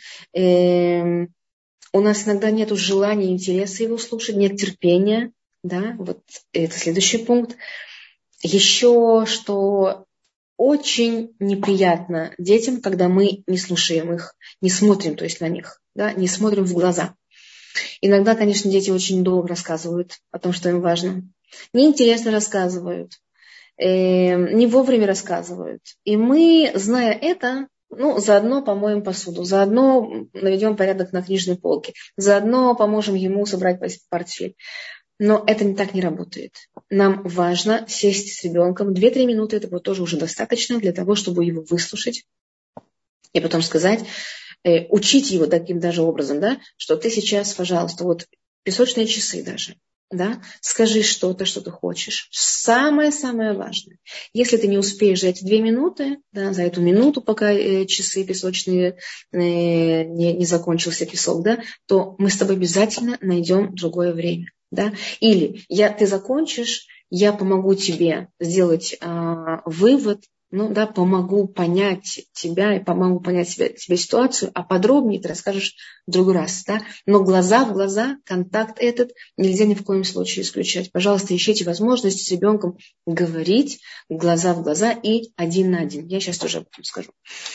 У нас иногда нет желания, интереса его слушать, нет терпения. Да? Вот это следующий пункт. Еще что очень неприятно детям, когда мы не слушаем их, не смотрим, то есть на них, да? Не смотрим в глаза. Иногда, конечно, дети очень долго рассказывают о том, что им важно. Неинтересно рассказывают, не вовремя рассказывают. И мы, зная это, заодно помоем посуду, заодно наведем порядок на книжной полке, заодно поможем ему собрать портфель. Но это так не работает. Нам важно сесть с ребенком. 2-3 минуты этого тоже уже достаточно для того, чтобы его выслушать. И потом сказать, учить его таким даже образом, да, что ты сейчас, пожалуйста, вот песочные часы даже, да, скажи что-то, что ты хочешь. Самое-самое важное. Если ты не успеешь за эти 2 минуты, да, за эту минуту, пока часы песочные не закончился песок, да, то мы с тобой обязательно найдем другое время. Да? Или ты закончишь, я помогу тебе сделать вывод, ну, да, помогу понять тебя и помогу понять себе ситуацию, а подробнее ты расскажешь в другой раз. Да? Но глаза в глаза, контакт этот нельзя ни в коем случае исключать. Пожалуйста, ищите возможность с ребенком говорить глаза в глаза и один на один. Я сейчас тоже об этом скажу.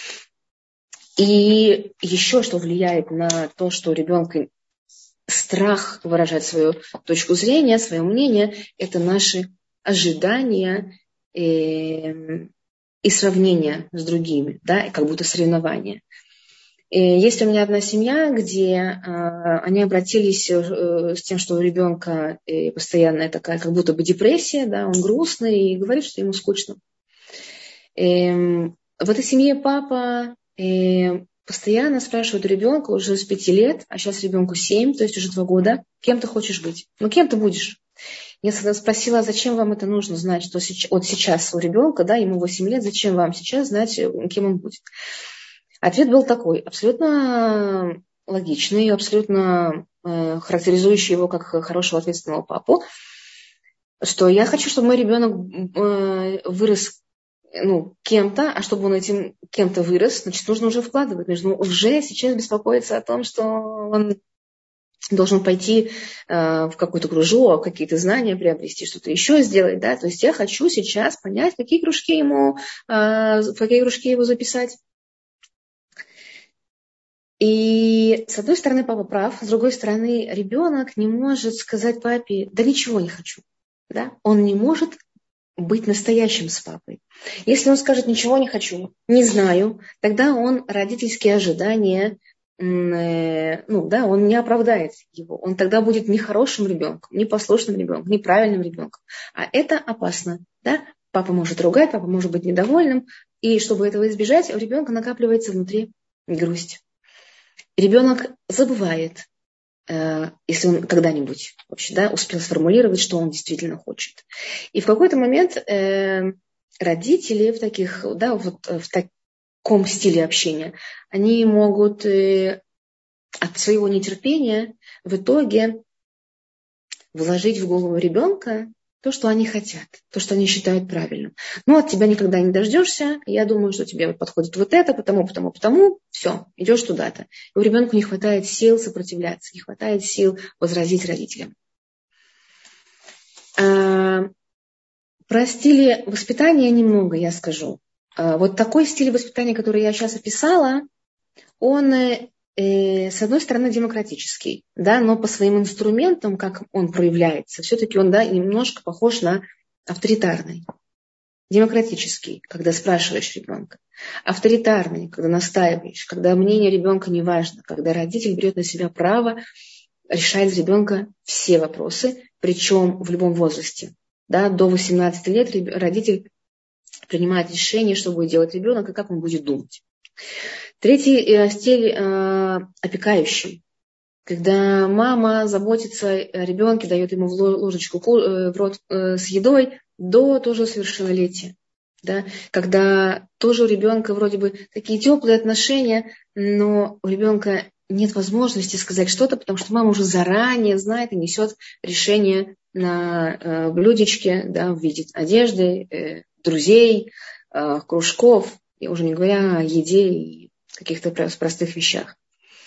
И еще что влияет на то, что у ребенка страх выражать свою точку зрения, свое мнение, это наши ожидания и сравнения с другими, да, как будто соревнования. Есть у меня одна семья, где они обратились с тем, что у ребенка постоянная такая, как будто бы депрессия, да, он грустный и говорит, что ему скучно. В этой семье папа постоянно спрашивает у ребенка уже с 5 лет, а сейчас ребенку 7, то есть уже 2 года, кем ты хочешь быть? Ну, кем ты будешь? Я спросила, зачем вам это нужно знать, что вот сейчас у ребенка, да, ему 8 лет, зачем вам сейчас знать, кем он будет? Ответ был такой, абсолютно логичный, абсолютно характеризующий его как хорошего ответственного папу, что я хочу, чтобы мой ребенок вырос кем-то, а чтобы он этим кем-то вырос, значит, нужно уже вкладывать, нужно уже сейчас беспокоиться о том, что он должен пойти в какой-то кружок, какие-то знания приобрести, что-то еще сделать, да, то есть я хочу сейчас понять, в какие кружки его записать. И с одной стороны папа прав, с другой стороны ребенок не может сказать папе, да ничего не хочу, да, он не может быть настоящим с папой. Если он скажет «ничего не хочу», «не знаю», тогда он родительские ожидания, он не оправдает его. Он тогда будет нехорошим ребенком, непослушным ребенком, неправильным ребенком. А это опасно. Да? Папа может ругать, папа может быть недовольным. И чтобы этого избежать, у ребенка накапливается внутри грусть. Ребенок забывает, если он когда-нибудь вообще, успел сформулировать, что он действительно хочет. И в какой-то момент родители в таком стиле общения, они могут от своего нетерпения в итоге вложить в голову ребенка то, что они хотят, то, что они считают правильным. От тебя никогда не дождешься, я думаю, что тебе подходит вот это, потому, все, идешь туда-то. И у ребенка не хватает сил сопротивляться, не хватает сил возразить родителям. Про стили воспитания немного я скажу. Вот такой стиль воспитания, который я сейчас описала, он, с одной стороны, демократический, да, но по своим инструментам, как он проявляется, все-таки он немножко похож на авторитарный. Демократический, когда спрашиваешь ребенка. Авторитарный, когда настаиваешь, когда мнение ребенка не важно, когда родитель берет на себя право решать за ребенка все вопросы, причем в любом возрасте. Да, до 18 лет родитель принимает решение, что будет делать ребенок и как он будет думать. Третий стиль опекающий. Когда мама заботится о ребенке, дает ему ложечку в рот с едой до тоже совершеннолетия. Да? Когда тоже у ребенка вроде бы такие теплые отношения, но у ребенка нет возможности сказать что-то, потому что мама уже заранее знает и несет решение на блюдечке, да, в виде одежды, друзей, кружков, и уже не говоря о еде и каких-то простых вещах.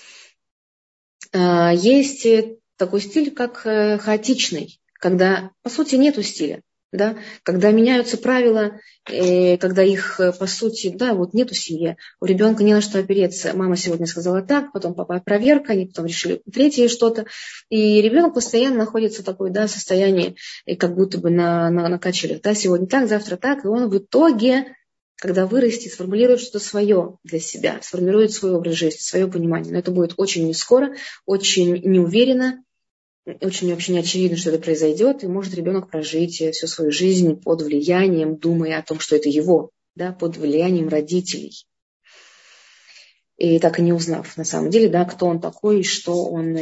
Есть такой стиль, как хаотичный, когда, по сути, нету стиля. Да? Когда меняются правила, когда их, по сути, нету семьи, у ребенка не на что опереться. Мама сегодня сказала так, потом папа проверка, они потом решили третье что-то. И ребенок постоянно находится в такой состоянии, как будто бы на качелях. Да? Сегодня так, завтра так, и он в итоге, когда вырастет, сформулирует что-то свое для себя, сформирует свой образ жизни, свое понимание. Но это будет очень не скоро, очень неуверенно, очень вообще не очевидно, что это произойдет, и может ребенок прожить всю свою жизнь под влиянием, думая о том, что это его, да, под влиянием родителей. и так и не узнав, на самом деле, да, кто он такой и что он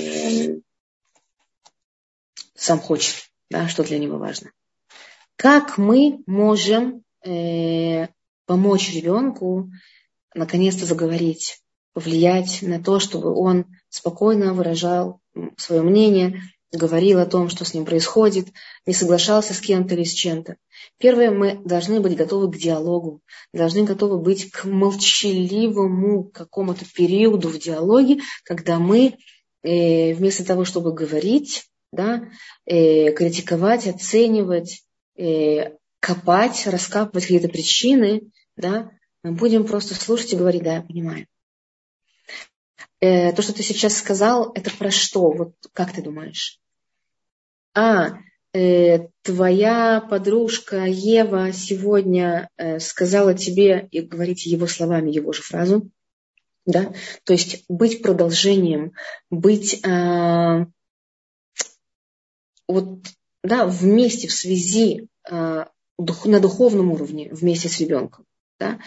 сам хочет, да, что для него важно. Как мы можем помочь ребенку наконец-то заговорить, повлиять на то, чтобы он спокойно выражал свое мнение, говорил о том, что с ним происходит, не соглашался с кем-то или с чем-то. Первое, мы должны быть готовы к диалогу, должны готовы быть к молчаливому какому-то периоду в диалоге, когда мы вместо того, чтобы говорить, да, критиковать, оценивать, копать, раскапывать какие-то причины, да, мы будем просто слушать и говорить: да, я понимаю. То, что ты сейчас сказал, это про что? Вот как ты думаешь? Твоя подружка Ева сегодня сказала тебе, и говорите его словами, его же фразу, да? То есть быть продолжением, быть вот, да, вместе, в связи, на духовном уровне, вместе с ребенком, да?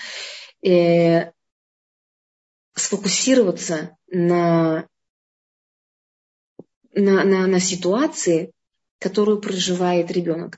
Сфокусироваться на ситуации, которую проживает ребенок.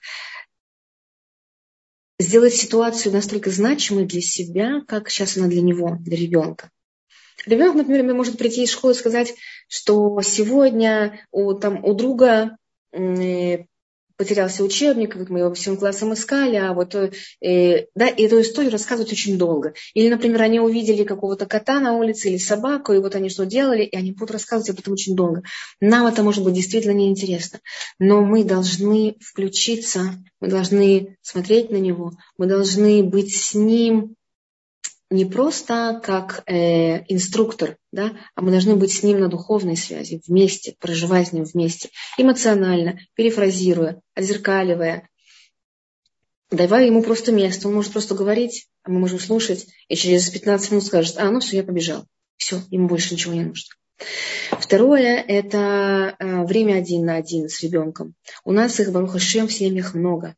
Сделать ситуацию настолько значимой для себя, как сейчас она для него, для ребенка. Ребенок, например, может прийти из школы и сказать, что сегодня у друга потерялся учебник, вот мы его всем классом искали, да, и эту историю рассказывать очень долго. Или, например, они увидели какого-то кота на улице или собаку, и вот они что делали, и они будут рассказывать об этом очень долго. Нам это может быть действительно неинтересно, но мы должны включиться, мы должны смотреть на него, мы должны быть с ним не просто как инструктор, да, а мы должны быть с ним на духовной связи, вместе, проживая с ним вместе, эмоционально, перефразируя, отзеркаливая, давая ему просто место. Он может просто говорить, а мы можем слушать, и через 15 минут скажет: все, я побежал. Все, ему больше ничего не нужно. Второе – это время 1 на 1 с ребенком. У нас их, Барух ха-Шем, в семьях много.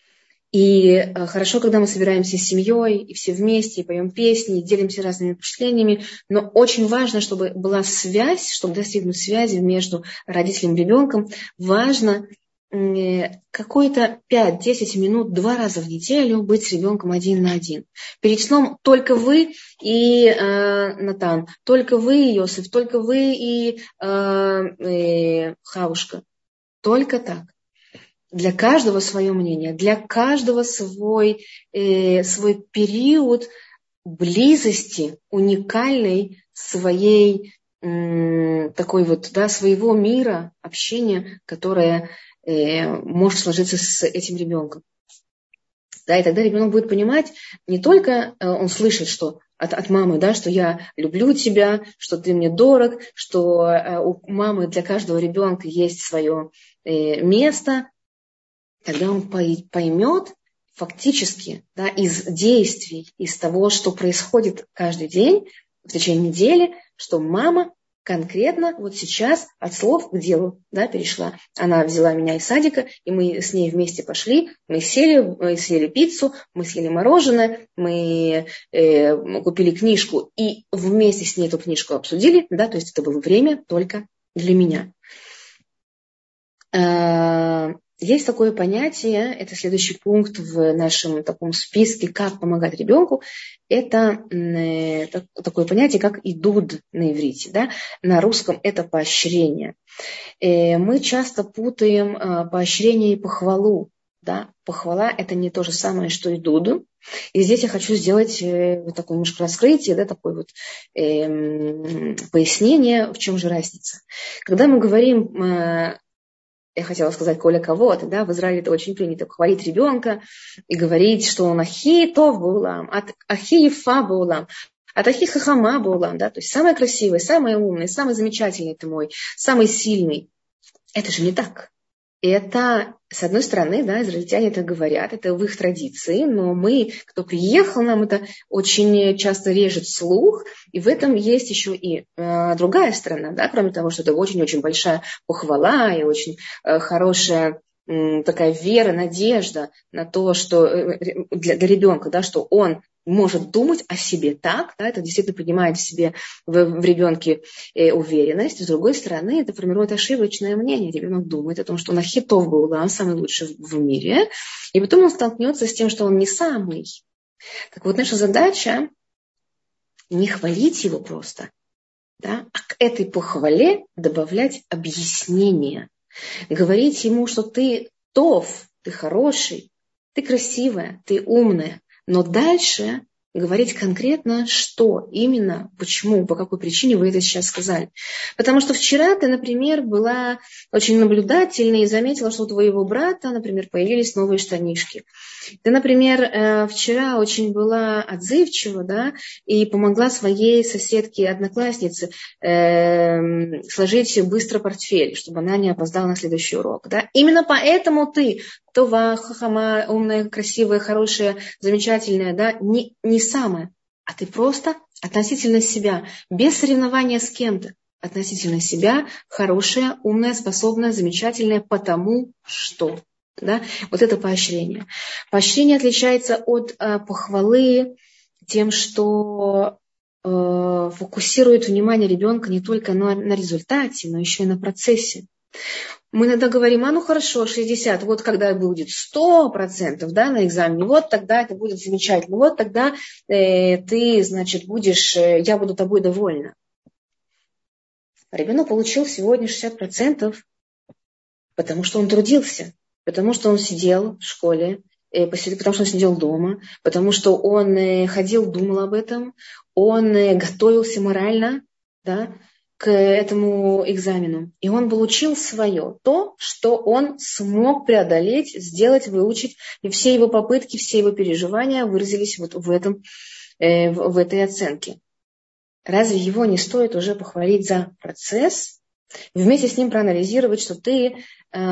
И хорошо, когда мы собираемся с семьей, и все вместе, и поем песни, и делимся разными впечатлениями, но очень важно, чтобы была связь, чтобы достигнуть связи между родителем и ребенком. Важно какой-то 5-10 минут 2 раза в неделю быть с ребенком 1 на 1. Перед сном только вы и Натан, только вы и Йосиф, только вы и Хавушка. Только так. Для каждого свое мнение, для каждого свой период близости, уникальной своей такой вот, да, своего мира, общения, которое может сложиться с этим ребенком. Да, и тогда ребенок будет понимать, не только он слышит, что от мамы, да, что я люблю тебя, что ты мне дорог, что у мамы для каждого ребенка есть свое место. Тогда он поймет фактически, да, из действий, из того, что происходит каждый день в течение недели, что мама конкретно вот сейчас от слов к делу, да, перешла. Она взяла меня из садика, и мы с ней вместе пошли, мы съели пиццу, мы съели мороженое, мы купили книжку и вместе с ней эту книжку обсудили, да, то есть это было время только для меня. Есть такое понятие, это следующий пункт в нашем таком списке, как помогать ребенку, это такое понятие, как идуд на иврите, да? На русском это поощрение. Мы часто путаем поощрение и похвалу. Да? Похвала – это не то же самое, что идуд. И здесь я хочу сделать вот такое немножко раскрытие, да, такое вот пояснение, в чем же разница. Когда мы говорим... Я хотела сказать коля кого-то, да, в Израиле это очень принято хвалить ребенка и говорить, что он ахи тов баулам, ахи ефа баулам, ахи хахама баулам, да, то есть самый красивый, самый умный, самый замечательный ты мой, самый сильный. Это же не так. Это, с одной стороны, да, израильтяне это говорят, это в их традиции, но мы, кто приехал, нам это очень часто режет слух, и в этом есть еще и другая сторона, да, кроме того, что это очень-очень большая похвала и очень хорошее такая вера, надежда на то, что для ребенка, да, что он может думать о себе так, да, это действительно поднимает в себе, в ребенке уверенность. С другой стороны, это формирует ошибочное мнение. Ребенок думает о том, что он ахитов был, да, он самый лучший в мире, и потом он столкнется с тем, что он не самый. Так вот, наша задача не хвалить его просто, да, а к этой похвале добавлять объяснение. Говорить ему, что ты тов, ты хороший, ты красивая, ты умная. Но дальше говорить конкретно, что именно, почему, по какой причине вы это сейчас сказали. Потому что вчера ты, например, была очень наблюдательной и заметила, что у твоего брата, например, появились новые штанишки. Ты, например, вчера очень была отзывчива, да, и помогла своей соседке-однокласснице сложить быстро портфель, чтобы она не опоздала на следующий урок. Да. Именно поэтому ты, това, хахама, умная, красивая, хорошая, замечательная, да, не самая, а ты просто относительно себя, без соревнования с кем-то, относительно себя хорошая, умная, способная, замечательная, потому что. Да? Вот это поощрение. Поощрение отличается от похвалы тем, что фокусирует внимание ребенка не только на результате, но еще и на процессе. Мы иногда говорим, ну хорошо, 60, вот когда будет 100%, да, на экзамене, вот тогда это будет замечательно, вот тогда ты, значит, будешь, я буду тобой довольна. Ребенок получил сегодня 60%, потому что он трудился. Потому что он сидел в школе, потому что он сидел дома, потому что он ходил, думал об этом, он готовился морально, да, к этому экзамену. И он получил свое, то, что он смог преодолеть, сделать, выучить. И все его попытки, все его переживания выразились вот в этой оценке. Разве его не стоит уже похвалить за процесс? Вместе с ним проанализировать, что ты...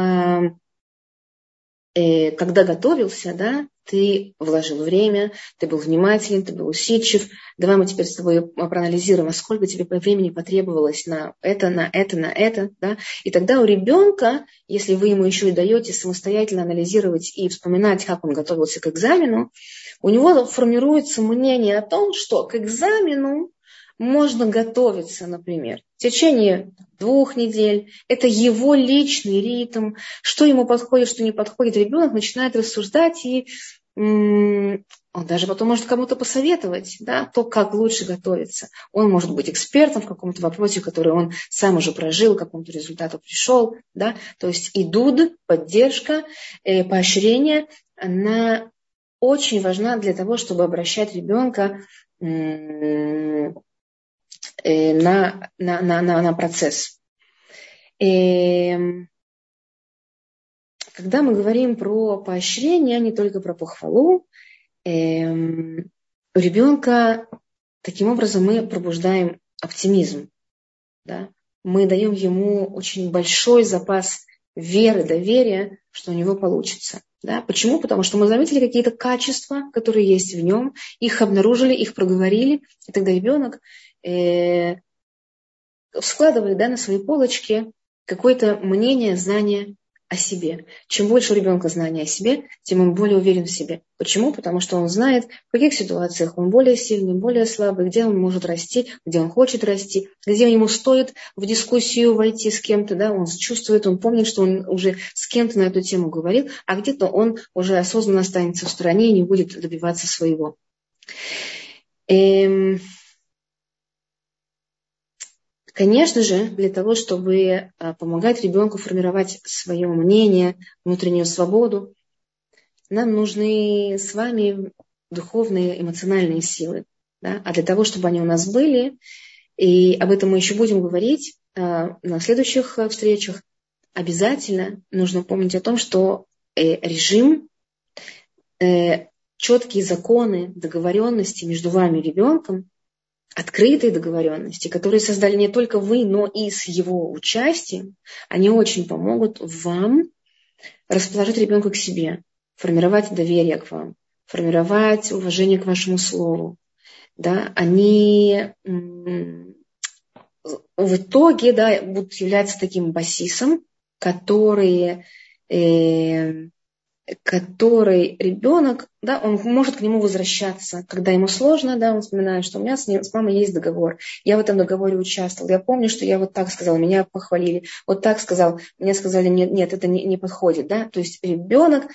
когда готовился, да, ты вложил время, ты был внимателен, ты был усидчив. Давай мы теперь с тобой проанализируем, а сколько тебе по времени потребовалось на это, да. И тогда у ребенка, если вы ему еще и даете самостоятельно анализировать и вспоминать, как он готовился к экзамену, у него формируется мнение о том, что к экзамену можно готовиться, например, в течение 2 недель. Это его личный ритм. Что ему подходит, что не подходит. Ребенок начинает рассуждать, и он даже потом может кому-то посоветовать, да, то, как лучше готовиться. Он может быть экспертом в каком-то вопросе, который он сам уже прожил, к какому-то результату пришел. Да. То есть идут, поддержка, поощрение, она очень важна для того, чтобы обращать ребенка на процесс. Когда мы говорим про поощрение, не только про похвалу, у ребенка таким образом мы пробуждаем оптимизм. Да? Мы даем ему очень большой запас веры, доверия, что у него получится. Да? Почему? Потому что мы заметили какие-то качества, которые есть в нем, их обнаружили, их проговорили, и тогда ребенок складывает, да, на свои полочки какое-то мнение, знание о себе. Чем больше у ребенка знания о себе, тем он более уверен в себе. Почему? Потому что он знает, в каких ситуациях он более сильный, более слабый, где он может расти, где он хочет расти, где ему стоит в дискуссию войти с кем-то. Да? Он чувствует, он помнит, что он уже с кем-то на эту тему говорил, а где-то он уже осознанно останется в стороне и не будет добиваться своего. Конечно же, для того, чтобы помогать ребенку формировать свое мнение, внутреннюю свободу, нам нужны с вами духовные, эмоциональные силы. Да? А для того, чтобы они у нас были, и об этом мы еще будем говорить на следующих встречах, обязательно нужно помнить о том, что режим, четкие законы, договоренности между вами и ребенком, открытые договоренности, которые создали не только вы, но и с его участием, они очень помогут вам расположить ребенка к себе, формировать доверие к вам, формировать уважение к вашему слову. Да? Они в итоге, да, будут являться таким басисом, который который ребенок, да, он может к нему возвращаться, когда ему сложно, да, он вспоминает, что у меня с мамой есть договор, я в этом договоре участвовал, я помню, что я вот так сказал, меня похвалили, вот так сказал, мне сказали, нет, это не подходит, да, то есть ребенок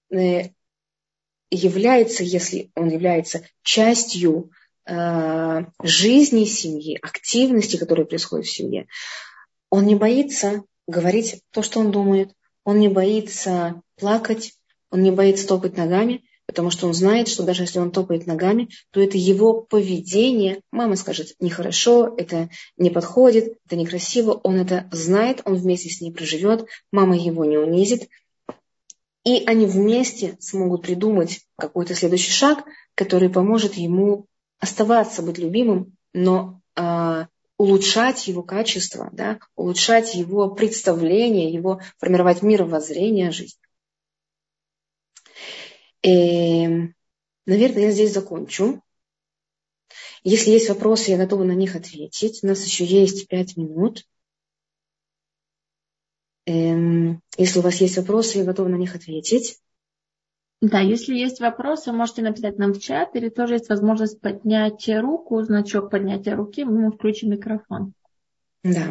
является, если он является частью жизни семьи, активности, которые происходят в семье, он не боится говорить то, что он думает, он не боится плакать, он не боится топать ногами, потому что он знает, что даже если он топает ногами, то это его поведение. Мама скажет, нехорошо, это не подходит, это некрасиво. Он это знает, он вместе с ней проживет, мама его не унизит. И они вместе смогут придумать какой-то следующий шаг, который поможет ему оставаться, быть любимым, но улучшать его качество, да, улучшать его представление, его формировать мировоззрение, жизнь. Наверное, я здесь закончу. Если есть вопросы, я готова на них ответить. У нас еще есть 5 минут. Если у вас есть вопросы, я готова на них ответить. Да, если есть вопросы, можете написать нам в чат, или тоже есть возможность поднять руку, значок поднятия руки, мы включим микрофон. Да.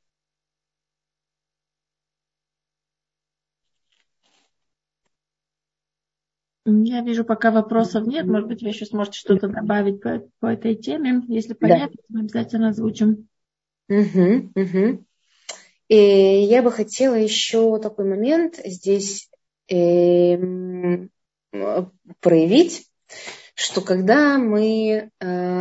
Я вижу, пока вопросов нет. Может быть, вы еще сможете что-то добавить по этой теме. Если появится, мы обязательно озвучим. И я бы хотела еще такой момент здесь проявить, что когда мы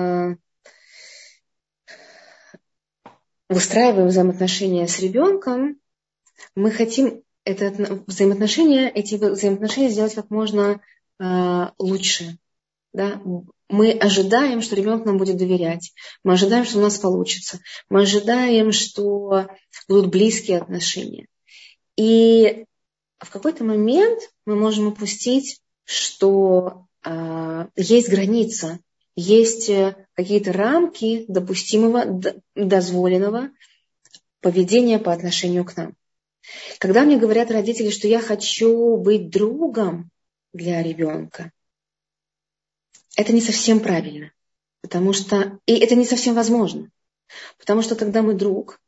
выстраиваем взаимоотношения с ребенком, мы хотим эти взаимоотношения сделать как можно лучше. Да? Мы ожидаем, что ребенок нам будет доверять. Мы ожидаем, что у нас получится. Мы ожидаем, что будут близкие отношения. И в какой-то момент мы можем упустить, что есть граница, есть какие-то рамки допустимого, дозволенного поведения по отношению к нам. Когда мне говорят родители, что я хочу быть другом для ребенка, это не совсем правильно, потому что и это не совсем возможно, потому что когда мы друг,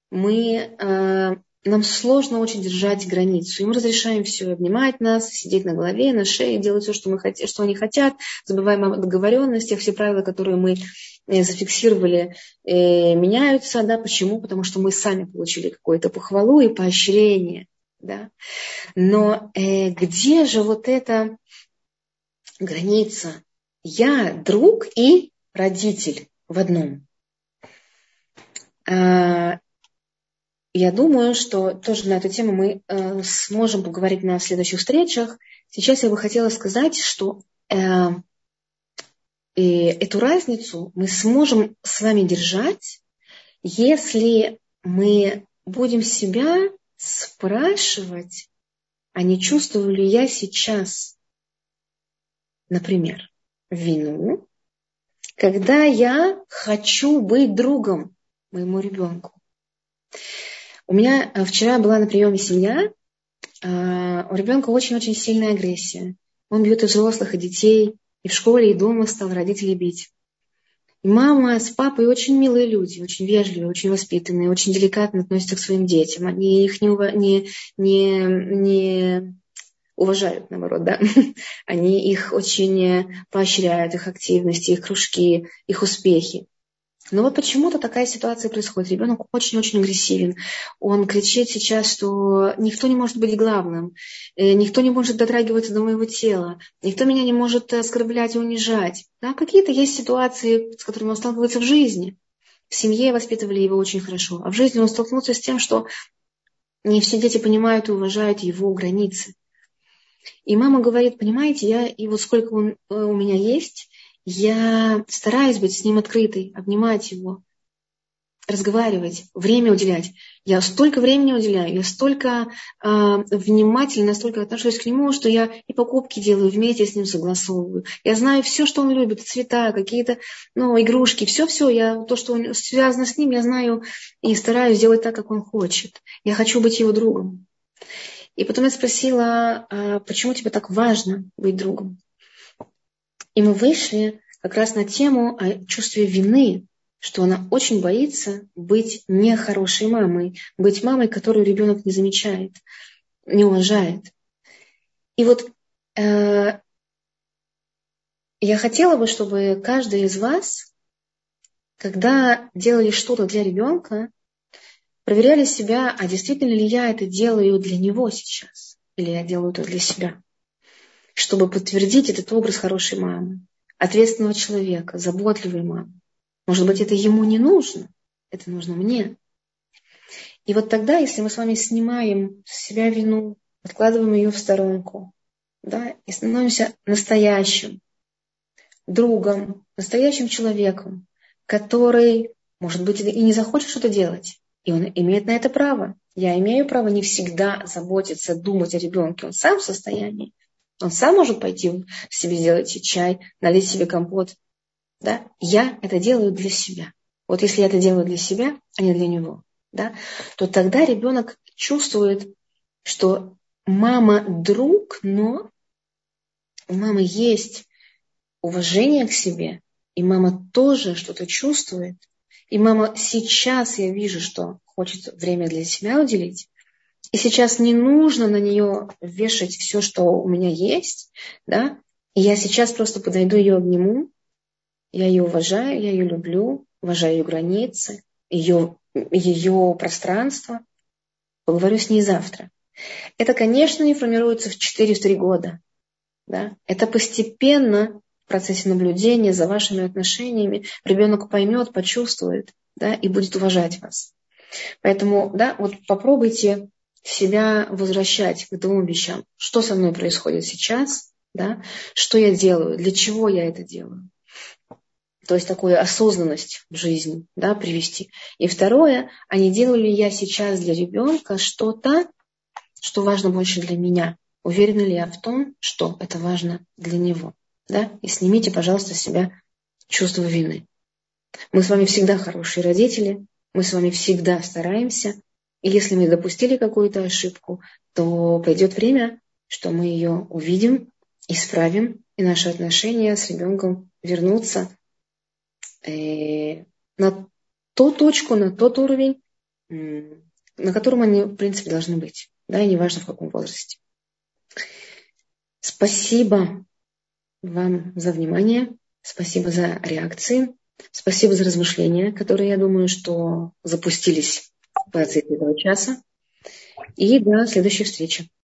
нам сложно очень держать границу, и мы разрешаем все обнимать нас, сидеть на голове, на шее, делать все, что они хотят, забываем о договоренностях, все правила, которые мы зафиксировали, меняются, да, почему? Потому что мы сами получили какую-то похвалу и поощрение, да. Но где же вот эта граница? Я друг и родитель в одном. Я думаю, что тоже на эту тему мы сможем поговорить на следующих встречах. Сейчас я бы хотела сказать, что эту разницу мы сможем с вами держать, если мы будем себя спрашивать, а не чувствую ли я сейчас, например, вину, когда я хочу быть другом моему ребенку. У меня вчера была на приеме семья, у ребенка очень-очень сильная агрессия. Он бьет и взрослых, и детей, и в школе, и дома стал родителей бить. И мама с папой очень милые люди, очень вежливые, очень воспитанные, очень деликатно относятся к своим детям. Они их не уважают, наоборот, да. Они их очень поощряют, их активности, их кружки, их успехи. Но вот почему-то такая ситуация происходит. Ребенок очень-очень агрессивен. Он кричит сейчас, что никто не может быть главным, никто не может дотрагиваться до моего тела, никто меня не может оскорблять и унижать. Да? Какие-то есть ситуации, с которыми он сталкивается в жизни. В семье воспитывали его очень хорошо, а в жизни он столкнулся с тем, что не все дети понимают и уважают его границы. И мама говорит, понимаете, и вот сколько у меня есть, я стараюсь быть с ним открытой, обнимать его, разговаривать, время уделять. Я столько времени уделяю, я столько внимательно, настолько отношусь к нему, что я и покупки делаю вместе с ним, согласовываю. Я знаю все, что он любит, цвета, какие-то игрушки, все-все. То, что связано с ним, я знаю и стараюсь делать так, как он хочет. Я хочу быть его другом. И потом я спросила, а почему тебе так важно быть другом? И мы вышли как раз на тему о чувстве вины, что она очень боится быть нехорошей мамой, быть мамой, которую ребенок не замечает, не уважает. И вот я хотела бы, чтобы каждый из вас, когда делали что-то для ребенка, проверяли себя, а действительно ли я это делаю для него сейчас, или я делаю это для себя, чтобы подтвердить этот образ хорошей мамы, ответственного человека, заботливой мамы. Может быть, это ему не нужно, это нужно мне. И вот тогда, если мы с вами снимаем с себя вину, откладываем ее в сторонку, да, и становимся настоящим другом, настоящим человеком, который, может быть, и не захочет что-то делать, и он имеет на это право. Я имею право не всегда заботиться, думать о ребенке. Он сам в состоянии. Он сам может пойти себе сделать чай, налить себе компот. Да? Я это делаю для себя. Вот если я это делаю для себя, а не для него, да, то тогда ребенок чувствует, что мама друг, но у мамы есть уважение к себе, и мама тоже что-то чувствует. И мама сейчас, я вижу, что хочет время для себя уделить. И сейчас не нужно на нее вешать все, что у меня есть. Да? И я сейчас просто подойду, ее обниму. Я ее уважаю, я ее люблю, уважаю ее границы, ее пространство. Поговорю с ней завтра. Это, конечно, не формируется в 4-3 года. Да? Это постепенно в процессе наблюдения за вашими отношениями ребенок поймет, почувствует, да, и будет уважать вас. Поэтому, да, вот попробуйте себя возвращать к двум вещам. Что со мной происходит сейчас, да? Что я делаю, для чего я это делаю. То есть такую осознанность в жизнь, да, привести. И второе, а не делаю ли я сейчас для ребенка что-то, что важно больше для меня? Уверена ли я в том, что это важно для него? Да? И снимите, пожалуйста, с себя чувство вины. Мы с вами всегда хорошие родители, мы с вами всегда стараемся. И если мы допустили какую-то ошибку, то придет время, что мы ее увидим, исправим, и наши отношения с ребенком вернутся на ту точку, на тот уровень, на котором они, в принципе, должны быть. Да, и неважно, в каком возрасте. Спасибо вам за внимание. Спасибо за реакции. Спасибо за размышления, которые, я думаю, что запустились в процессе этого часа. И до следующей встречи.